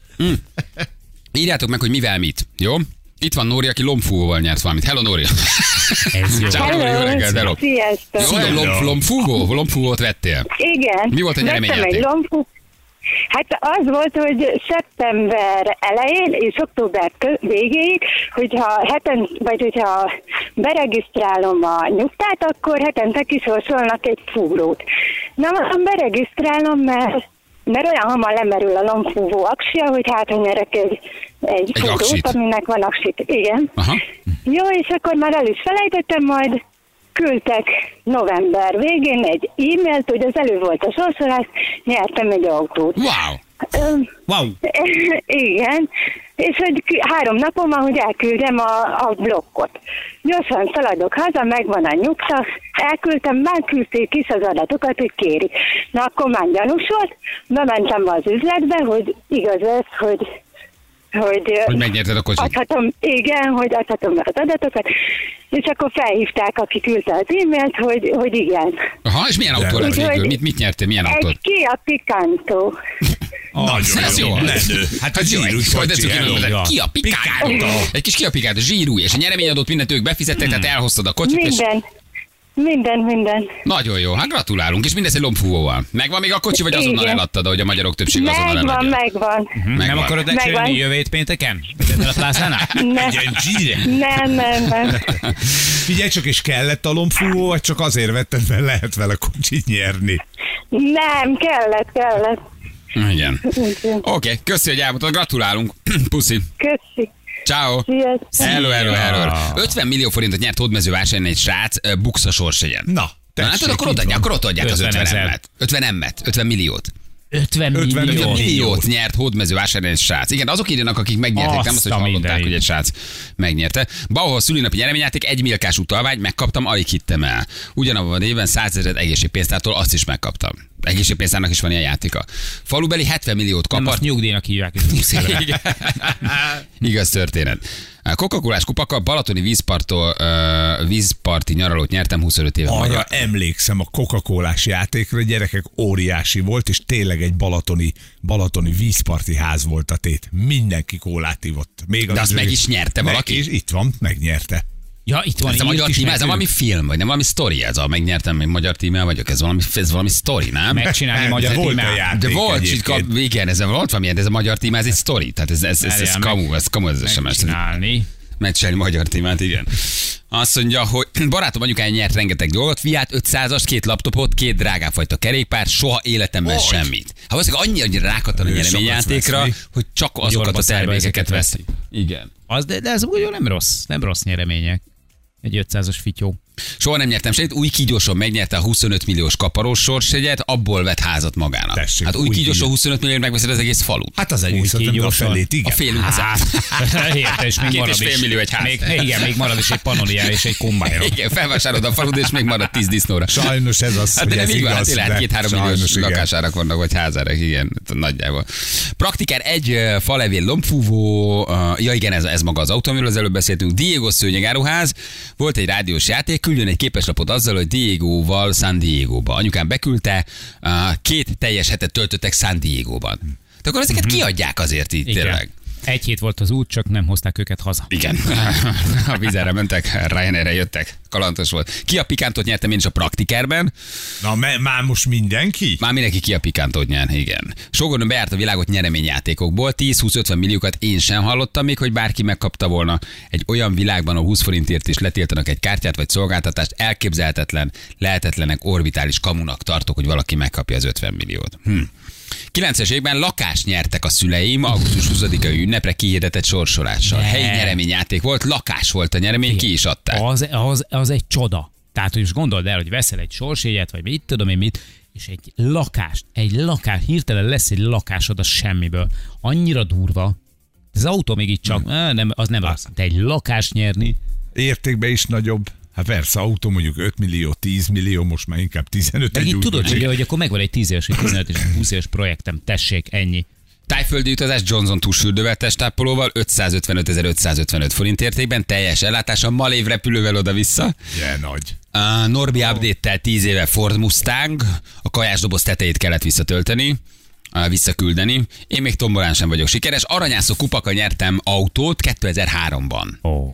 Speaker 2: Írjátok meg, hogy mivel mit, jó? Itt van Nóri, aki lombfúvóval nyert valamit. Hello, Nóri!
Speaker 3: Ez jó.
Speaker 2: Ciao, Nóri, jó reggelt, hello!
Speaker 6: Sziasztok!
Speaker 2: Jó, lomb, lombfúvó? Lombfúvót vettél?
Speaker 6: Igen.
Speaker 2: Mi volt a
Speaker 6: Vettem
Speaker 2: nyereményjáték?
Speaker 6: egy lombfú. Hát az volt, hogy szeptember elején és október kö- végéig, hogyha heten, vagy hogyha beregisztrálom a nyugtát, akkor hetente kisorsolnak egy fúrót. Na, mondom, beregisztrálom, mert mert olyan hamar lemerül a lombfúvó aksia, hogy hát, hogy nyerek egy, egy,
Speaker 2: Egy
Speaker 6: fúrót,
Speaker 2: aksit.
Speaker 6: aminek van aksit. Igen.
Speaker 2: Aha.
Speaker 6: Jó, és akkor már el is felejtettem, majd küldtek november végén egy e-mailt, hogy az elő volt a sorsolás, nyertem egy autót.
Speaker 2: Wow!
Speaker 6: Öm,
Speaker 3: Wow.
Speaker 6: igen, és hogy ki- három napom van, hogy elküldjem a, a blokkot. Gyorsan szaladok haza, megvan a nyugta, elküldtem, már küldték is az adatokat, hogy kéri. Na akkor már gyanús volt, bementem be az üzletbe, hogy igaz ez, hogy hogy,
Speaker 2: Hogy megnyerted a kocsit.
Speaker 6: adhatom, igen, hogy adhatom meg az adatokat, és akkor felhívták, aki küldte az e-mailt, hogy, hogy igen.
Speaker 2: Aha, és milyen autó lett
Speaker 6: Úgyhogy-
Speaker 2: végül? Mit, mit nyertél? Milyen autót?
Speaker 6: Egy Kia Picanto.
Speaker 4: Nagyon
Speaker 2: ez jó.
Speaker 4: jó. Menő. Hát a
Speaker 2: jó,
Speaker 4: zsírú
Speaker 2: egy- hogy
Speaker 4: kocsi,
Speaker 2: tetszik,
Speaker 4: hello.
Speaker 2: hogy
Speaker 3: Ja.
Speaker 2: Ki a pikátó? Egy kis ki a pikátó, zsírú, és a nyereményadót mindent ők befizettek, tehát elhoztad a kocsit, és
Speaker 6: Minden. Minden, minden.
Speaker 2: nagyon jó, hát gratulálunk, és mindez egy lombfúvóval. Megvan még a kocsi, vagy azonnal
Speaker 6: Igen.
Speaker 2: eladtad, ahogy a magyarok többsége azonnal
Speaker 6: Megvan,
Speaker 2: eladja?
Speaker 6: megvan.
Speaker 3: Nem
Speaker 2: Megvan.
Speaker 3: akarod
Speaker 6: Megvan.
Speaker 3: lecsölni jövő hét pénteken? Ennél a plázánál?
Speaker 6: Ne,
Speaker 4: Ilyen zsíre.
Speaker 6: nem, nem, nem.
Speaker 4: Figyelj csak, és kellett a lombfúvó, vagy csak azért vetted, mert lehet vele kocsit nyerni?
Speaker 6: Nem, kellett, kellett.
Speaker 2: Igen. Oké, okay, köszi, hogy elmondtad, gratulálunk. Puszi.
Speaker 6: Köszi.
Speaker 2: Ciao.
Speaker 6: Sziasztok.
Speaker 2: Hello, hello, hello. ötven millió forintot nyert hódmezővásárhelyen egy srác, ö, buksz a sorsegyen.
Speaker 4: Na,
Speaker 2: Na,
Speaker 4: tessék,
Speaker 2: hát akkor
Speaker 4: itt
Speaker 2: ott adják,
Speaker 4: van.
Speaker 2: akkor ott adják az
Speaker 3: ötven
Speaker 2: ötven
Speaker 3: ezer.
Speaker 2: emmet. ötven emmet, ötven milliót.
Speaker 3: ötven
Speaker 4: ötven
Speaker 3: millió.
Speaker 2: ötven milliót nyert hódmezővásárhelyen egy srác. Igen, azok írjanak, akik megnyerték,
Speaker 3: Azt
Speaker 2: nem azt, hogy
Speaker 3: a
Speaker 2: hallották,
Speaker 3: mindenit.
Speaker 2: hogy egy srác megnyerte. Bauhaus szülinapi nyereményjáték, egy milkás utalvány, megkaptam, alig hittem el. Ugyanabban a évben százezret egészségpénztártól azt is megkaptam. Egészségpénztárnak is van ilyen játéka. Falubeli hetven milliót
Speaker 3: Nem,
Speaker 2: kapart.
Speaker 3: azt nyugdíjnak hívják, és húsz évre.
Speaker 2: Igen. Igaz történet. Coca-Colás kupakkal balatoni vízparttól, uh, vízparti nyaralót nyertem huszonöt éve.
Speaker 4: Arra
Speaker 2: magyar.
Speaker 4: emlékszem, a Coca-Colás játékra, gyerekek, óriási volt, és tényleg egy balatoni, balatoni vízparti ház volt a tét. Mindenki kólát ivott. Még
Speaker 2: De azt meg is nyerte
Speaker 4: meg,
Speaker 2: valaki?
Speaker 4: És itt van, megnyerte.
Speaker 3: Ja, itt van
Speaker 2: Ez a
Speaker 3: írt
Speaker 2: magyar
Speaker 3: is
Speaker 2: tím, ez a
Speaker 3: nekünk.
Speaker 2: valami film, vagy nem valami sztori, ez a megnyertem, még magyar tímmel vagyok, ez valami, ez valami sztori, nem?
Speaker 3: Megcsinálni
Speaker 4: De
Speaker 3: magyar
Speaker 4: volt a
Speaker 3: tímát.
Speaker 4: játék
Speaker 2: De volt,
Speaker 4: egyébként.
Speaker 2: csitka, igen, ez volt valamilyen, de ez a magyar tím, ez egy sztori, tehát ez, ez, ez, ez, ez
Speaker 3: Várjál,
Speaker 2: kamu, ez kamu, ez es em es.
Speaker 3: Megcsinálni.
Speaker 2: Megcsinálni magyar témát, igen. Azt mondja, hogy barátom anyukája nyert rengeteg dolgot, Fiat ötszázast, két laptopot, két drágáfajta kerékpár, soha életemben
Speaker 4: Hogy?
Speaker 2: semmit. Ha valószínűleg annyira, annyira rákattan a
Speaker 4: Ő
Speaker 2: nyereményjátékra,
Speaker 4: sokat vesz,
Speaker 2: hogy csak azokat a
Speaker 3: orbaszájba
Speaker 2: termékeket
Speaker 3: ezeket
Speaker 2: veszi. Igen.
Speaker 3: Az, de, de ez úgy nem rossz, nem rossz nyeremények. Egy ötszázas fityó.
Speaker 2: Soha nem nyertem semmit, új kígyóson megnyerte a huszonöt milliós kaparós sorsjegyet, abból vett házat magának.
Speaker 4: Tessék,
Speaker 2: hát új
Speaker 4: új
Speaker 2: kígyóson
Speaker 4: kígyó.
Speaker 2: huszonöt millió megveszed az egész falut.
Speaker 4: Hát az egész, nem a felét, igen.
Speaker 2: A fél utcát.
Speaker 3: Érte, és még
Speaker 2: Két
Speaker 3: marad
Speaker 2: és fél
Speaker 3: is.
Speaker 2: millió egy ház.
Speaker 3: Még, igen, még marad is egy panónia és egy kombájra.
Speaker 2: Igen, felvásárolod a falut, és még marad tíz disznóra.
Speaker 4: Sajnos ez az,
Speaker 2: Hát de
Speaker 4: hogy
Speaker 2: nem
Speaker 4: ez
Speaker 2: így van, hát
Speaker 4: igaz,
Speaker 2: tényleg
Speaker 4: de
Speaker 2: két-három
Speaker 4: sajnos
Speaker 2: milliós
Speaker 4: igen.
Speaker 2: lakásárak vannak, vagy házárak, igen, nagyjából. Praktikár egy uh, falevél lombfúvó, uh, ja igen, ez, ez maga az autó, amiről az előbb beszéltünk, Diego szőnyegáruház, volt egy rádiós játék, küldjön egy képeslapot azzal, hogy Diegóval San Diegóba. Anyukám beküldte, uh, két teljes hetet töltöttek San Diegóban. De akkor ezeket kiadják azért így,
Speaker 3: Igen.
Speaker 2: tényleg.
Speaker 3: Egy hét volt az út, csak nem hozták őket haza.
Speaker 2: Igen. A vizerre mentek, Ryanairre jöttek. Kalantos volt. Ki a pikántot nyertem én is a praktikerben.
Speaker 4: Na, me- már most mindenki?
Speaker 2: Már mindenki ki a pikántot nyer, igen. Sógornőm bejárt a világot nyereményjátékokból, tíz-húsz-ötven milliókat én sem hallottam még, hogy bárki megkapta volna. Egy olyan világban, ahol húsz forintért is letiltanak egy kártyát vagy szolgáltatást, elképzelhetetlen, lehetetlenek, orbitális kamunak tartok, hogy valaki megkapja az ötven milliót. Hm. kilencvenes években lakást nyertek a szüleim, augusztus huszadikai ünnepre kihirdetett sorsolással.
Speaker 3: Ne.
Speaker 2: Helyi nyereményjáték volt, lakás volt a nyeremény, ki is adták.
Speaker 3: Az, az, az egy csoda. Tehát, hogy most gondold el, hogy veszel egy sorsjegyet, vagy mit tudom én mit, és egy lakást, egy lakás, hirtelen lesz egy lakásod a semmiből. Annyira durva. Az autó még így csak, hmm. nem, az nem az. De egy lakást nyerni,
Speaker 4: Értékben is nagyobb. Hát persze, autó mondjuk öt millió, tíz millió, most már inkább tizenöt.
Speaker 3: meg
Speaker 4: egy
Speaker 3: így
Speaker 4: új
Speaker 3: tudod,
Speaker 4: kocsi.
Speaker 3: hogy, hogy akkor megvan egy tíz éves, egy tizenöt és húsz éves projektem, tessék, ennyi.
Speaker 2: Tájföldi utazás Johnson túlsüldővel, testápolóval, ötszázötvenötezer-ötszázötvenöt forint értékben, teljes ellátása, Malév repülővel oda-vissza.
Speaker 4: Yeah, nagy.
Speaker 2: A Norbi update-tel tíz éve Ford Mustang, a kajásdoboz tetejét kellett visszatölteni, á, visszaküldeni. Én még tombolán sem vagyok sikeres. Aranyászó kupaka nyertem autót kétezer-háromban.
Speaker 3: Ó,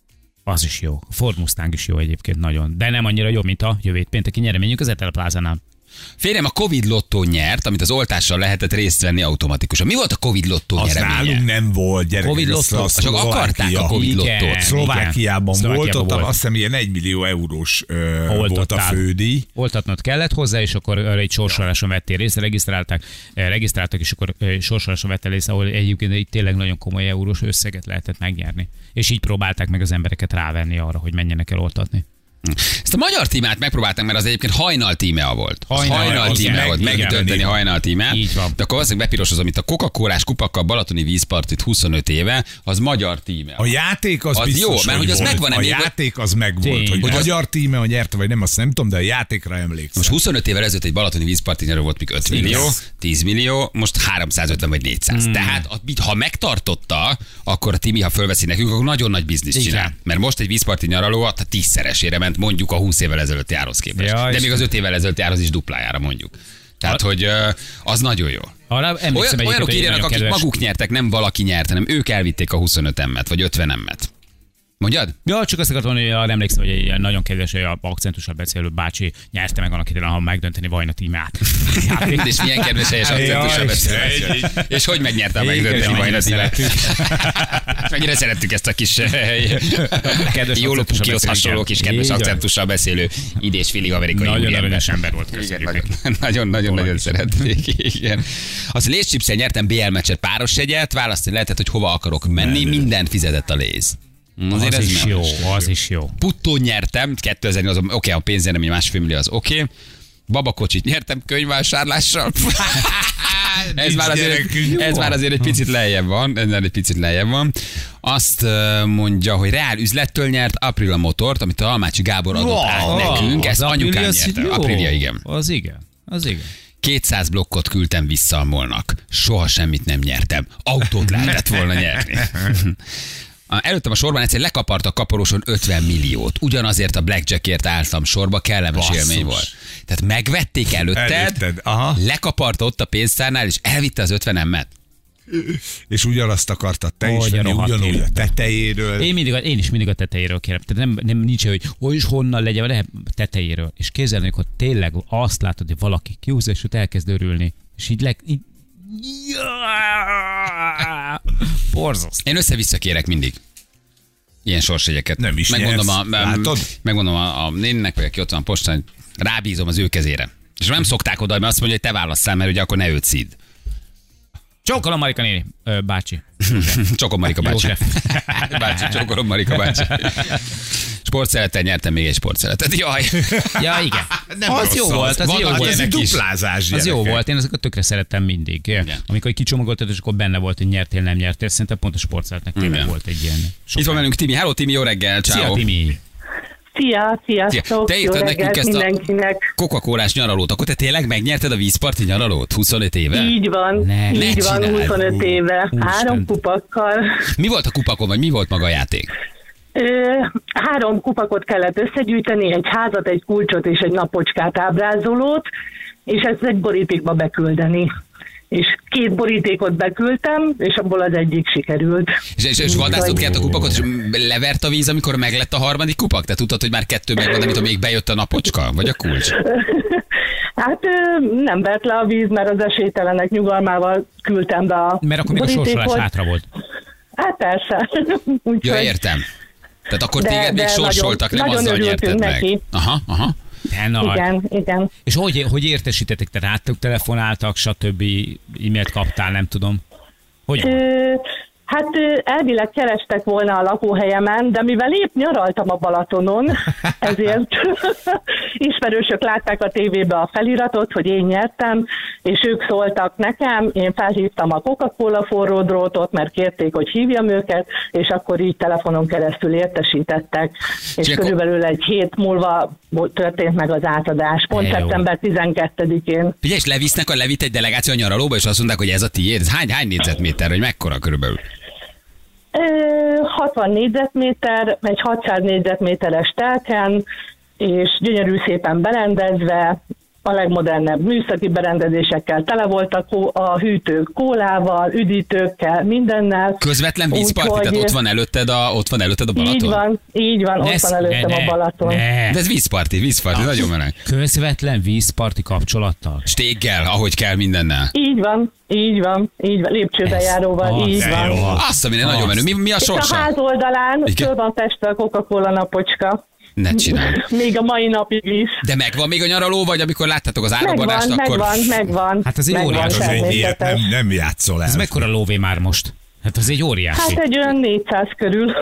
Speaker 3: az is jó. A Ford Mustang is jó egyébként nagyon. De nem annyira jó, mint a jövő pénteki nyereményünk az Etel Plázánál.
Speaker 2: Férjem a Covid lottó nyert, amit az oltással lehetett részt venni automatikusan. Mi volt a Covid lottó
Speaker 4: Az
Speaker 2: nyereménye?
Speaker 4: nálunk nem volt, gyerekek.
Speaker 3: Covid
Speaker 4: azt
Speaker 3: lottó.
Speaker 4: a
Speaker 2: Csak akarták a Covid
Speaker 3: Igen.
Speaker 2: lottót.
Speaker 4: Szlovákiában
Speaker 3: Igen.
Speaker 4: volt, ott
Speaker 3: volt.
Speaker 4: azt hiszem ilyen egy millió eurós ö, volt a
Speaker 3: Oltottál.
Speaker 4: fődíj.
Speaker 3: Oltatnod kellett hozzá, és akkor ö, egy sorsoláson vettél részt, regisztrálták, ö, regisztráltak, és akkor ö, sorsoláson vettél részt, ahol egyébként egy tényleg nagyon komoly eurós összeget lehetett megnyerni. És így próbálták meg az embereket rávenni arra, hogy menjenek el oltatni.
Speaker 2: Ezt a magyar tímát megpróbáltam, mert az egyébként hajnal tímea volt. Az
Speaker 3: Hajnal,
Speaker 2: hajnal
Speaker 3: az
Speaker 2: tímea
Speaker 3: meg-
Speaker 2: volt,
Speaker 3: igen,
Speaker 2: megtölteni
Speaker 4: igen.
Speaker 2: hajnal tímát.
Speaker 3: Így van.
Speaker 2: De akkor valószínűleg bepirosozom, itt a Coca-Colás kupakkal Balatoni vízpartit huszonöt éve, az magyar tímea.
Speaker 4: A játék az,
Speaker 2: Az
Speaker 4: biztos,
Speaker 2: jó, mert hogy az
Speaker 4: volt.
Speaker 2: megvan-e
Speaker 4: A
Speaker 2: még-
Speaker 4: játék az megvolt,
Speaker 3: Tény.
Speaker 4: hogy
Speaker 3: Hogy
Speaker 2: az-
Speaker 4: magyar tíme, a nyerte, vagy nem, azt nem tudom, de a játékra emlékszem.
Speaker 2: Most huszonöt évvel ezelőtt egy Balatoni vízparti nyerő volt még öt millió, tíz millió, most háromszázötven vagy négyszáz.
Speaker 3: Hmm.
Speaker 2: Tehát a- ha megtartotta, akkor a Timi, ha fölveszi nekünk, akkor nagyon nagy bizniszt
Speaker 3: Igen.
Speaker 2: csinál. Mert most egy vízparti nyaraló a tízszeresére ment mondjuk a húsz évvel ezelőtti árhoz képest.
Speaker 3: Ja,
Speaker 2: De
Speaker 3: és-
Speaker 2: még az öt évvel ezelőtti árhoz is duplájára mondjuk. Tehát, hogy ö, az nagyon jó.
Speaker 3: Arra emlékszem
Speaker 2: Olyan,
Speaker 3: egyébként,
Speaker 2: olyanok
Speaker 3: hogy
Speaker 2: írjanak,
Speaker 3: nagyon
Speaker 2: akik
Speaker 3: kedves-
Speaker 2: maguk nyertek, nem valaki nyert, hanem ők elvitték a huszonöt emmet, vagy ötven emmet. Mondjad?
Speaker 3: Ja, csak azt akartam mondani, hogy arra emlékszem, hogy egy ilyen nagyon kedves, hogy a akcentussal beszélő bácsi nyerte meg annak idején, ha megdönteni Vajna tímát.
Speaker 2: És milyen kedves helyes akcentussal
Speaker 4: Jaj,
Speaker 2: beszél. És hogy megnyerte a
Speaker 3: Igen,
Speaker 2: megdönteni
Speaker 3: mennyire
Speaker 2: Vajna tímát?
Speaker 3: szerettük.
Speaker 2: Mennyire szerettük ezt a kis jó
Speaker 3: akcentussal
Speaker 2: lopukihoz
Speaker 3: beszélő,
Speaker 2: hasonló
Speaker 3: igen.
Speaker 2: kis kedves
Speaker 3: Így van.
Speaker 2: akcentussal beszélő idés fili amerikai
Speaker 3: Nagyon
Speaker 2: úriember.
Speaker 3: aranyos ember volt,
Speaker 2: Igen,
Speaker 3: köszönjük
Speaker 2: nagyon,
Speaker 3: neki.
Speaker 2: nagyon, nagyon, nagyon
Speaker 3: is.
Speaker 2: szerették. Igen. Az Lays chipszel nyertem bé el meccset páros jegyet, választani lehetett, hogy hova akarok menni, mindent fizetett a Lays. Azért
Speaker 3: Az
Speaker 2: ez
Speaker 3: is
Speaker 2: nem.
Speaker 3: jó, az is jó.
Speaker 2: Puttó nyertem, kétezer-nyolc, oké, okay, a pénzért nem, másfél millió az oké. Okay. Babakocsit nyertem könyvvásárlással. ez, már azért,
Speaker 4: gyerekünk.
Speaker 2: ez már azért egy picit lejjebb van, ez már egy picit lejjebb van. Azt ö, mondja, hogy Reál üzlettől nyert Aprilia motort, amit a Almácsi Gábor adott
Speaker 4: Wow.
Speaker 2: át nekünk. Ezt
Speaker 3: Az
Speaker 2: anyukám
Speaker 3: Aprilia, az
Speaker 2: nyerte.
Speaker 3: jó.
Speaker 2: Aprilia, igen.
Speaker 3: Az igen, az igen.
Speaker 2: kétszáz blokkot küldtem vissza a molnak. Soha semmit nem nyertem. Autót lehetett volna nyerni. Előttem a sorban egyszer lekapart a kaporóson ötven milliót. Ugyanazért a blackjackért álltam sorba, kellemes
Speaker 4: Basszus.
Speaker 2: élmény volt. Tehát megvették előtted,
Speaker 4: Előtted, aha.
Speaker 2: lekapart ott a pénztárnál, és elvitte az ötven emmet.
Speaker 4: És ugyanazt akartad te is
Speaker 3: Hogy a
Speaker 4: venni,
Speaker 3: rohadt
Speaker 4: ugyanúgy a
Speaker 3: életben.
Speaker 4: tetejéről.
Speaker 3: Én, mindig, én is mindig a tetejéről kérem. Tehát nem, nem nincs, hogy hol is honnan legyen, nem, tetejéről. És képzelni, hogy tényleg azt látod, hogy valaki kiúzza, és ott elkezd örülni. És így, leg, így... Borzasztó.
Speaker 2: Én össze-vissza kérek mindig. Ilyen sorsjegyeket.
Speaker 4: Nem is
Speaker 2: megmondom
Speaker 4: nyersz,
Speaker 2: a,
Speaker 4: látod?
Speaker 2: megmondom a, a nénnek, vagy aki ott van a postán, hogy rábízom az ő kezére. És nem szokták oda, mert azt mondja, hogy te válasszál, mert ugye akkor ne őt szíd.
Speaker 3: Csókolom, Marika néni. Ö, bácsi.
Speaker 2: Csokom Marika bácsi.
Speaker 3: József.
Speaker 2: bácsi, csokolom Marika bácsi. Sportszelettel nyertem még egy sportszeletet. Jaj.
Speaker 3: Ja, igen.
Speaker 4: Nem
Speaker 3: az
Speaker 4: rossz
Speaker 3: jó
Speaker 4: az.
Speaker 3: volt, az
Speaker 2: Van
Speaker 3: jó
Speaker 2: az
Speaker 3: volt.
Speaker 4: Ez egy
Speaker 2: ilyenek is.
Speaker 4: duplázás,
Speaker 3: Az jó
Speaker 4: gyerekek.
Speaker 3: volt, én ezeket tökre szerettem mindig.
Speaker 2: Igen.
Speaker 3: Amikor kicsomagoltad, és akkor benne volt, hogy nyertél, nem nyertél. Szerintem pont a sportszeretnek tényleg
Speaker 2: Igen.
Speaker 3: volt egy ilyen.
Speaker 2: Itt van velünk Timi. Hello Timi, jó reggel.
Speaker 3: Szia,
Speaker 2: Ciao.
Speaker 3: Timi.
Speaker 6: Szia, sziasztok,
Speaker 2: Te
Speaker 6: jó
Speaker 2: írtad nekünk
Speaker 6: reggelt
Speaker 2: ezt a-
Speaker 6: mindenkinek.
Speaker 2: Coca-Colás nyaralót. Akkor te tényleg megnyerted a vízparti nyaralót? huszonöt éve?
Speaker 6: Így van,
Speaker 3: Ne,
Speaker 2: ne
Speaker 6: így van,
Speaker 2: csináld.
Speaker 6: huszonöt éve,
Speaker 3: Úristen.
Speaker 6: három kupakkal.
Speaker 2: Mi volt a kupakon, vagy mi volt maga a játék?
Speaker 6: Ö, három kupakot kellett összegyűjteni, egy házat, egy kulcsot és egy napocskát ábrázolót, és ezt egy borítékba beküldeni. És két borítékot beküldtem, és abból az egyik sikerült.
Speaker 2: És, és, és vadászott kellett a kupakot, és levert a víz, amikor meglett a harmadik kupak? Te tudtad, hogy már kettő megvan, de mit tudom, még bejött a napocska, vagy a kulcs?
Speaker 6: Hát ö, nem vert le a víz, mert az esélytelenek nyugalmával küldtem be a
Speaker 3: Mert akkor még a
Speaker 6: borítékot.
Speaker 3: sorsolás hátra volt.
Speaker 6: Hát persze. Úgyhogy-
Speaker 2: Ja, értem. Tehát akkor
Speaker 6: De-
Speaker 2: téged még
Speaker 6: de
Speaker 2: sorsoltak,
Speaker 6: nagyon-
Speaker 2: nem
Speaker 6: nagyon
Speaker 2: azzal
Speaker 6: örültünk
Speaker 2: nyerted meg.
Speaker 6: neki.
Speaker 2: Aha, aha.
Speaker 3: De nagy.
Speaker 6: Igen, igen.
Speaker 3: És hogy, hogy értesítettek? Te rátok telefonáltak, stb. E-mailt kaptál, nem tudom. Hogy?
Speaker 6: Ö, hát ö, elvileg kerestek volna a lakóhelyemen, de mivel épp nyaraltam a Balatonon, ezért ismerősök látták a tévébe a feliratot, hogy én nyertem, és ők szóltak nekem, én felhívtam a Coca-Cola forró drótot, mert kérték, hogy hívjam őket, és akkor így telefonon keresztül értesítettek, és
Speaker 2: És akkor-
Speaker 6: körülbelül egy hét múlva történt meg az átadás, pont
Speaker 3: Jó.
Speaker 6: szeptember tizenkettedikén.
Speaker 2: Figyelj, és levisznek a levitt egy delegáció a nyaralóba, és azt mondták, hogy ez a tiéd. Ez hány, hány négyzetméter, vagy mekkora körülbelül?
Speaker 6: Ö, hatvan négyzetméter, egy hatszáz négyzetméteres telken, és gyönyörű szépen berendezve, a legmodernebb műszaki berendezésekkel, tele volt a, kó, a hűtők kólával, üdítőkkel, mindennel.
Speaker 2: Közvetlen vízparti,
Speaker 6: Úgyhogy-
Speaker 2: tehát ott van előtted a, ott van előtted a Balaton?
Speaker 6: Így van, így van, ott
Speaker 3: Ne-
Speaker 6: van előttem
Speaker 3: ne-
Speaker 6: a Balaton.
Speaker 3: Ne.
Speaker 2: De ez vízparti, vízparti, nagyon meleg.
Speaker 3: Közvetlen vízparti kapcsolattal.
Speaker 2: Stéggel, ahogy kell mindennel.
Speaker 6: Így van, így van, így van, lépcsőbejáróval,
Speaker 3: Ez
Speaker 6: így
Speaker 3: az,
Speaker 6: van.
Speaker 3: jó.
Speaker 2: Azt, ami nagyon menő. Mi, mi a
Speaker 6: És a
Speaker 2: sorsa?
Speaker 6: ház oldalán
Speaker 2: Igen.
Speaker 6: föl van festve a Coca-Cola napocska.
Speaker 2: Ne csinálj.
Speaker 6: Még a mai napig is.
Speaker 2: De megvan még a nyaraló, vagy amikor láttátok az árabadást,
Speaker 6: Megvan,
Speaker 2: akkor...
Speaker 6: megvan, megvan.
Speaker 3: Hát az egy
Speaker 6: megvan,
Speaker 3: óriási.
Speaker 4: Az egy ilyet
Speaker 6: természetes.
Speaker 4: nem, nem játszol el.
Speaker 3: Ez mekkora lóvé már most? Hát az egy óriási.
Speaker 6: Hát egy olyan négyszáz körül.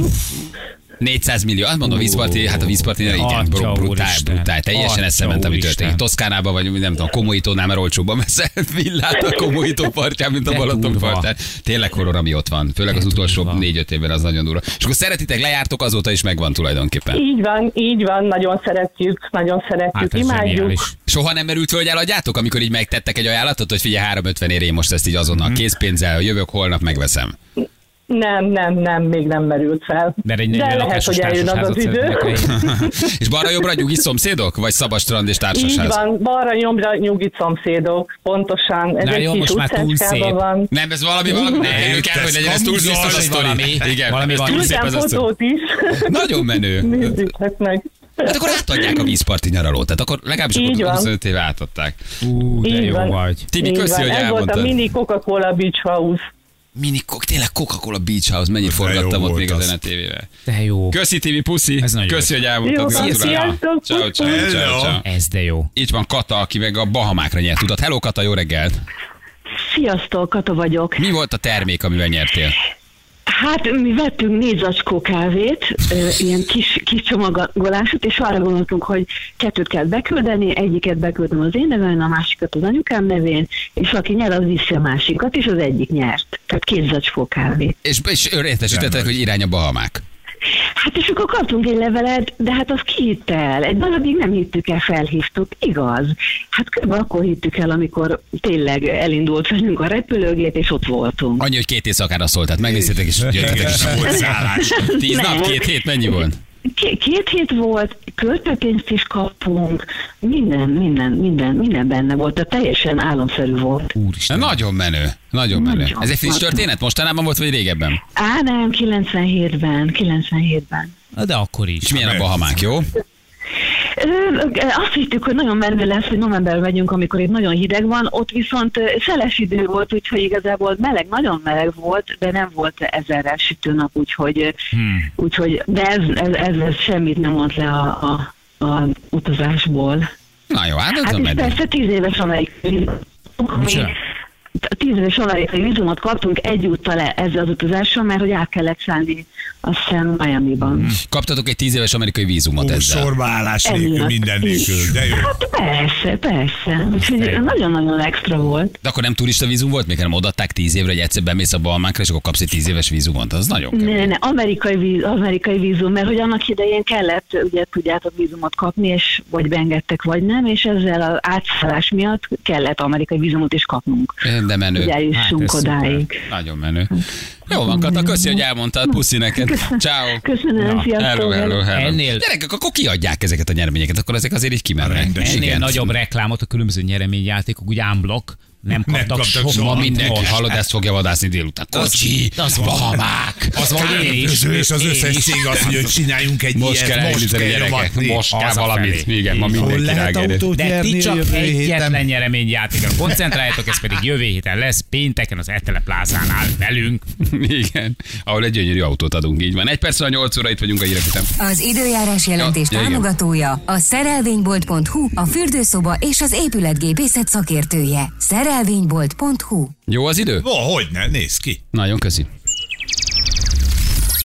Speaker 2: négyszáz millió. Azt mondom, vízparti, hát a vízparti, igen,
Speaker 3: Atya
Speaker 2: brutál, brutál,
Speaker 3: úristen.
Speaker 2: brutál. Teljesen
Speaker 3: Atya
Speaker 2: eszement, ami
Speaker 3: úristen.
Speaker 2: történik. Toszkánában, vagy nem tudom, Komolytónál, mert olcsóbban veszel villát a Komolytó partján, mint a
Speaker 3: De
Speaker 2: Balaton
Speaker 3: durva.
Speaker 2: partján. Tényleg horror, ami ott van. Főleg az
Speaker 3: De
Speaker 2: utolsó
Speaker 3: durva.
Speaker 2: négy-öt évben az nagyon durva. És akkor szeretitek, lejártok, azóta is megvan tulajdonképpen.
Speaker 6: Így van, így van, nagyon szeretjük, nagyon szeretjük,
Speaker 3: Hát ez
Speaker 6: imádjuk.
Speaker 3: zseniális.
Speaker 2: Soha nem merült föl, hogy eladjátok, amikor így megtettek egy ajánlatot, hogy figyelj, háromszázötven ér én most ezt így azonnal
Speaker 3: Mhm.
Speaker 2: készpénzzel, jövök, holnap megveszem.
Speaker 6: Nem, nem, nem, még nem merült fel.
Speaker 3: De egy
Speaker 6: De lehet,
Speaker 3: lakásos
Speaker 6: hogy eljön az az
Speaker 3: társasházat
Speaker 6: idő.
Speaker 3: szeretnék.
Speaker 2: És balra-jobbra nyugi szomszédok? Vagy szabadstrand és
Speaker 6: Így
Speaker 2: társasház?
Speaker 6: van, balra nyomra nyugit szomszédok, pontosan. Ez
Speaker 3: Na
Speaker 6: egy
Speaker 3: jó,
Speaker 6: kis
Speaker 3: most már túl
Speaker 6: utcácskában
Speaker 3: szép.
Speaker 6: van.
Speaker 2: Nem, ez valami, valami, nem,
Speaker 4: Nem,
Speaker 2: kell, hogy
Speaker 4: ez
Speaker 2: legyen, ez túl
Speaker 4: kamuzol,
Speaker 2: biztos a
Speaker 3: vagy
Speaker 2: sztori.
Speaker 3: valami.
Speaker 2: Igen,
Speaker 3: Valami
Speaker 2: ez
Speaker 3: van.
Speaker 2: túl szép
Speaker 6: Küldtem
Speaker 2: ez a sztori.
Speaker 6: fotót is.
Speaker 2: Nagyon menő.
Speaker 6: Nézzétek meg.
Speaker 2: Hát akkor átadják a vízparti nyaralót, tehát akkor legalábbis
Speaker 6: Így
Speaker 2: akkor
Speaker 6: van.
Speaker 2: huszonöt éve átadták.
Speaker 3: Ú, de
Speaker 6: Így
Speaker 3: jó
Speaker 6: van.
Speaker 3: vagy.
Speaker 2: Tibi,
Speaker 6: Így
Speaker 2: köszi,
Speaker 6: van.
Speaker 2: hogy
Speaker 6: Ez volt a
Speaker 2: elmondtad.
Speaker 6: mini Coca-Cola Beach House.
Speaker 2: Mini, tényleg Coca-Cola Beach House, mennyit forgattam
Speaker 4: jó
Speaker 2: ott még
Speaker 4: volt
Speaker 2: a
Speaker 4: az.
Speaker 2: Zene tévével.
Speaker 3: De jó.
Speaker 2: Köszi, Tibi, puszi.
Speaker 3: Ez nagyon
Speaker 2: Köszi,
Speaker 3: jó.
Speaker 2: hogy
Speaker 6: Jó,
Speaker 2: elmondtad.
Speaker 6: van,
Speaker 2: Gratulálok.
Speaker 6: sziasztok,
Speaker 2: Ciao, ciao,
Speaker 6: pusz,
Speaker 2: ciao,
Speaker 4: pusz.
Speaker 2: ciao.
Speaker 3: Ez de jó.
Speaker 2: Itt van Kata, aki meg a Bahamákra nyert utat. Hello, Kata, jó reggelt.
Speaker 7: Sziasztok, Kata vagyok.
Speaker 2: Mi volt a termék, amivel nyertél?
Speaker 7: Hát mi vettünk négy zacskó kávét, ö, ilyen kis, kis csomagolásot, és arra gondoltunk, hogy kettőt kell beküldeni, egyiket beküldöm az én nevemen, a másikat az anyukám nevén, és aki nyer, az viszi a másikat, és az egyik nyert. Tehát két zacskó kávét.
Speaker 2: És, és értesítettek, hogy irány a Bahamák.
Speaker 7: Hát és akkor kaptunk egy levelet, de hát az ki hitt el? Egy darabig nem hittük el, felhívtuk, igaz? Hát körülbelül akkor hittük el, amikor tényleg elindult velünk a repülőgép, és ott voltunk.
Speaker 2: Annyi, hogy két éjszakára szólt, tehát megnéztétek is, jöttetek is.
Speaker 4: Volt szállás.
Speaker 2: Tíz
Speaker 7: Nem.
Speaker 2: nap, két hét, mennyi volt?
Speaker 7: K- két hét volt, költőpénzt is kaptunk, minden, minden, minden, minden benne volt, de teljesen álomszerű volt.
Speaker 2: Úristen. Nagyon menő, nagyon menő.
Speaker 7: Nagyon.
Speaker 2: Ez egy friss történet? Mostanában volt, vagy régebben?
Speaker 7: Á, nem, kilencvenhétben, kilencvenhétben.
Speaker 3: Na, de akkor is.
Speaker 2: És milyen a Bahamák, jó?
Speaker 7: Ö, Azt hittük, hogy nagyon menő lesz, hogy novemberben megyünk, amikor itt nagyon hideg van, ott viszont ö, szeles idő volt, úgyhogy igazából meleg, nagyon meleg volt, de nem volt ezerrel sütő nap, úgyhogy, hmm. úgyhogy de ez, ez, ez, ez semmit nem mond le a, a, a utazásból.
Speaker 2: Na jó, hát
Speaker 7: Hát
Speaker 2: az a
Speaker 7: és
Speaker 2: menő.
Speaker 7: persze tíz éves amerikai
Speaker 3: Micsoda?
Speaker 7: tíz éves amerikai vízumot kaptunk egyúttal ezzel az utazással, mert hogy át kellett szállni a San Miami-ban.
Speaker 2: Kaptatok egy tíz éves amerikai vízumot
Speaker 4: Ó,
Speaker 2: ezzel.
Speaker 4: sorba állás nélkül,
Speaker 7: Emiatt
Speaker 4: minden nélkül, de jó.
Speaker 7: Hát persze, persze. Úgyhogy nagyon-nagyon extra volt.
Speaker 2: De akkor nem turista vízum volt, még hanem odaadták tíz évre, hogy egyszer bemész a Bahamákra, és akkor kapsz egy tíz éves vízumot. Az nagyon
Speaker 7: Ne,
Speaker 2: kemény.
Speaker 7: ne, ne, amerikai, víz, amerikai vízum, mert hogy annak idején kellett, ugye tudjátok, vízumot kapni, és vagy beengedtek, vagy nem, és ezzel az átszállás miatt kellett amerikai vízumot is kapnunk.
Speaker 2: De menő.
Speaker 7: Hogy eljussunk
Speaker 3: Hát ez
Speaker 7: odáig.
Speaker 2: Nagyon menő. Jó van, Kata, köszi, hogy elmondtad. Puszi neked. Ciao.
Speaker 7: Köszönöm,
Speaker 2: Na,
Speaker 7: sziasztok.
Speaker 2: hello, hello, hello.
Speaker 3: Ennél-
Speaker 2: Gyerekek, akkor kiadják ezeket a nyereményeket, akkor ezek azért így kimennek.
Speaker 4: Rendes.
Speaker 3: Ennél
Speaker 2: Igen.
Speaker 3: nagyobb reklámot a különböző nyereményjátékok, úgy unblock, nem kaptak,
Speaker 4: kaptak
Speaker 3: soha.
Speaker 4: soha.
Speaker 2: Ma mindenki,
Speaker 3: Most.
Speaker 2: hallod, ezt fogja vadászni délután. Kocsi,
Speaker 3: az van.
Speaker 2: Bahamák.
Speaker 3: Az van, hogy én is.
Speaker 4: Közül és az
Speaker 3: Én
Speaker 4: összes
Speaker 3: is.
Speaker 4: cég azt mondja, hogy csináljunk egy
Speaker 2: Most kell
Speaker 4: ilyet, most
Speaker 2: elindítani,
Speaker 4: kell
Speaker 2: gyerekek.
Speaker 4: nyomatni.
Speaker 2: Most kell
Speaker 3: Hazafelé.
Speaker 2: valamit. Igen, ma
Speaker 3: Így van.
Speaker 4: Hol
Speaker 2: mindenki
Speaker 4: lehet
Speaker 2: rágerül.
Speaker 4: autót
Speaker 3: De ti
Speaker 4: nyerni a
Speaker 3: csak
Speaker 4: jövő
Speaker 3: egyetlen
Speaker 4: héten?
Speaker 3: nyereményjátékra koncentráljatok, ez pedig jövő héten lesz, pénteken az Etele plázánál velünk.
Speaker 2: Igen, ahol egy gyönyörű autót adunk, így van. Egy perc a nyolc óra, itt vagyunk a hírek után.
Speaker 8: Az időjárás jelentés
Speaker 2: Ja, ja, igen.
Speaker 8: támogatója a szerelvénybolt pont hu, a fürdőszoba és az épületgépészet szakértője. szerelvénybolt pont hu.
Speaker 2: Jó az idő?
Speaker 4: Ó, hogyne, nézd ki.
Speaker 2: Nagyon köszi.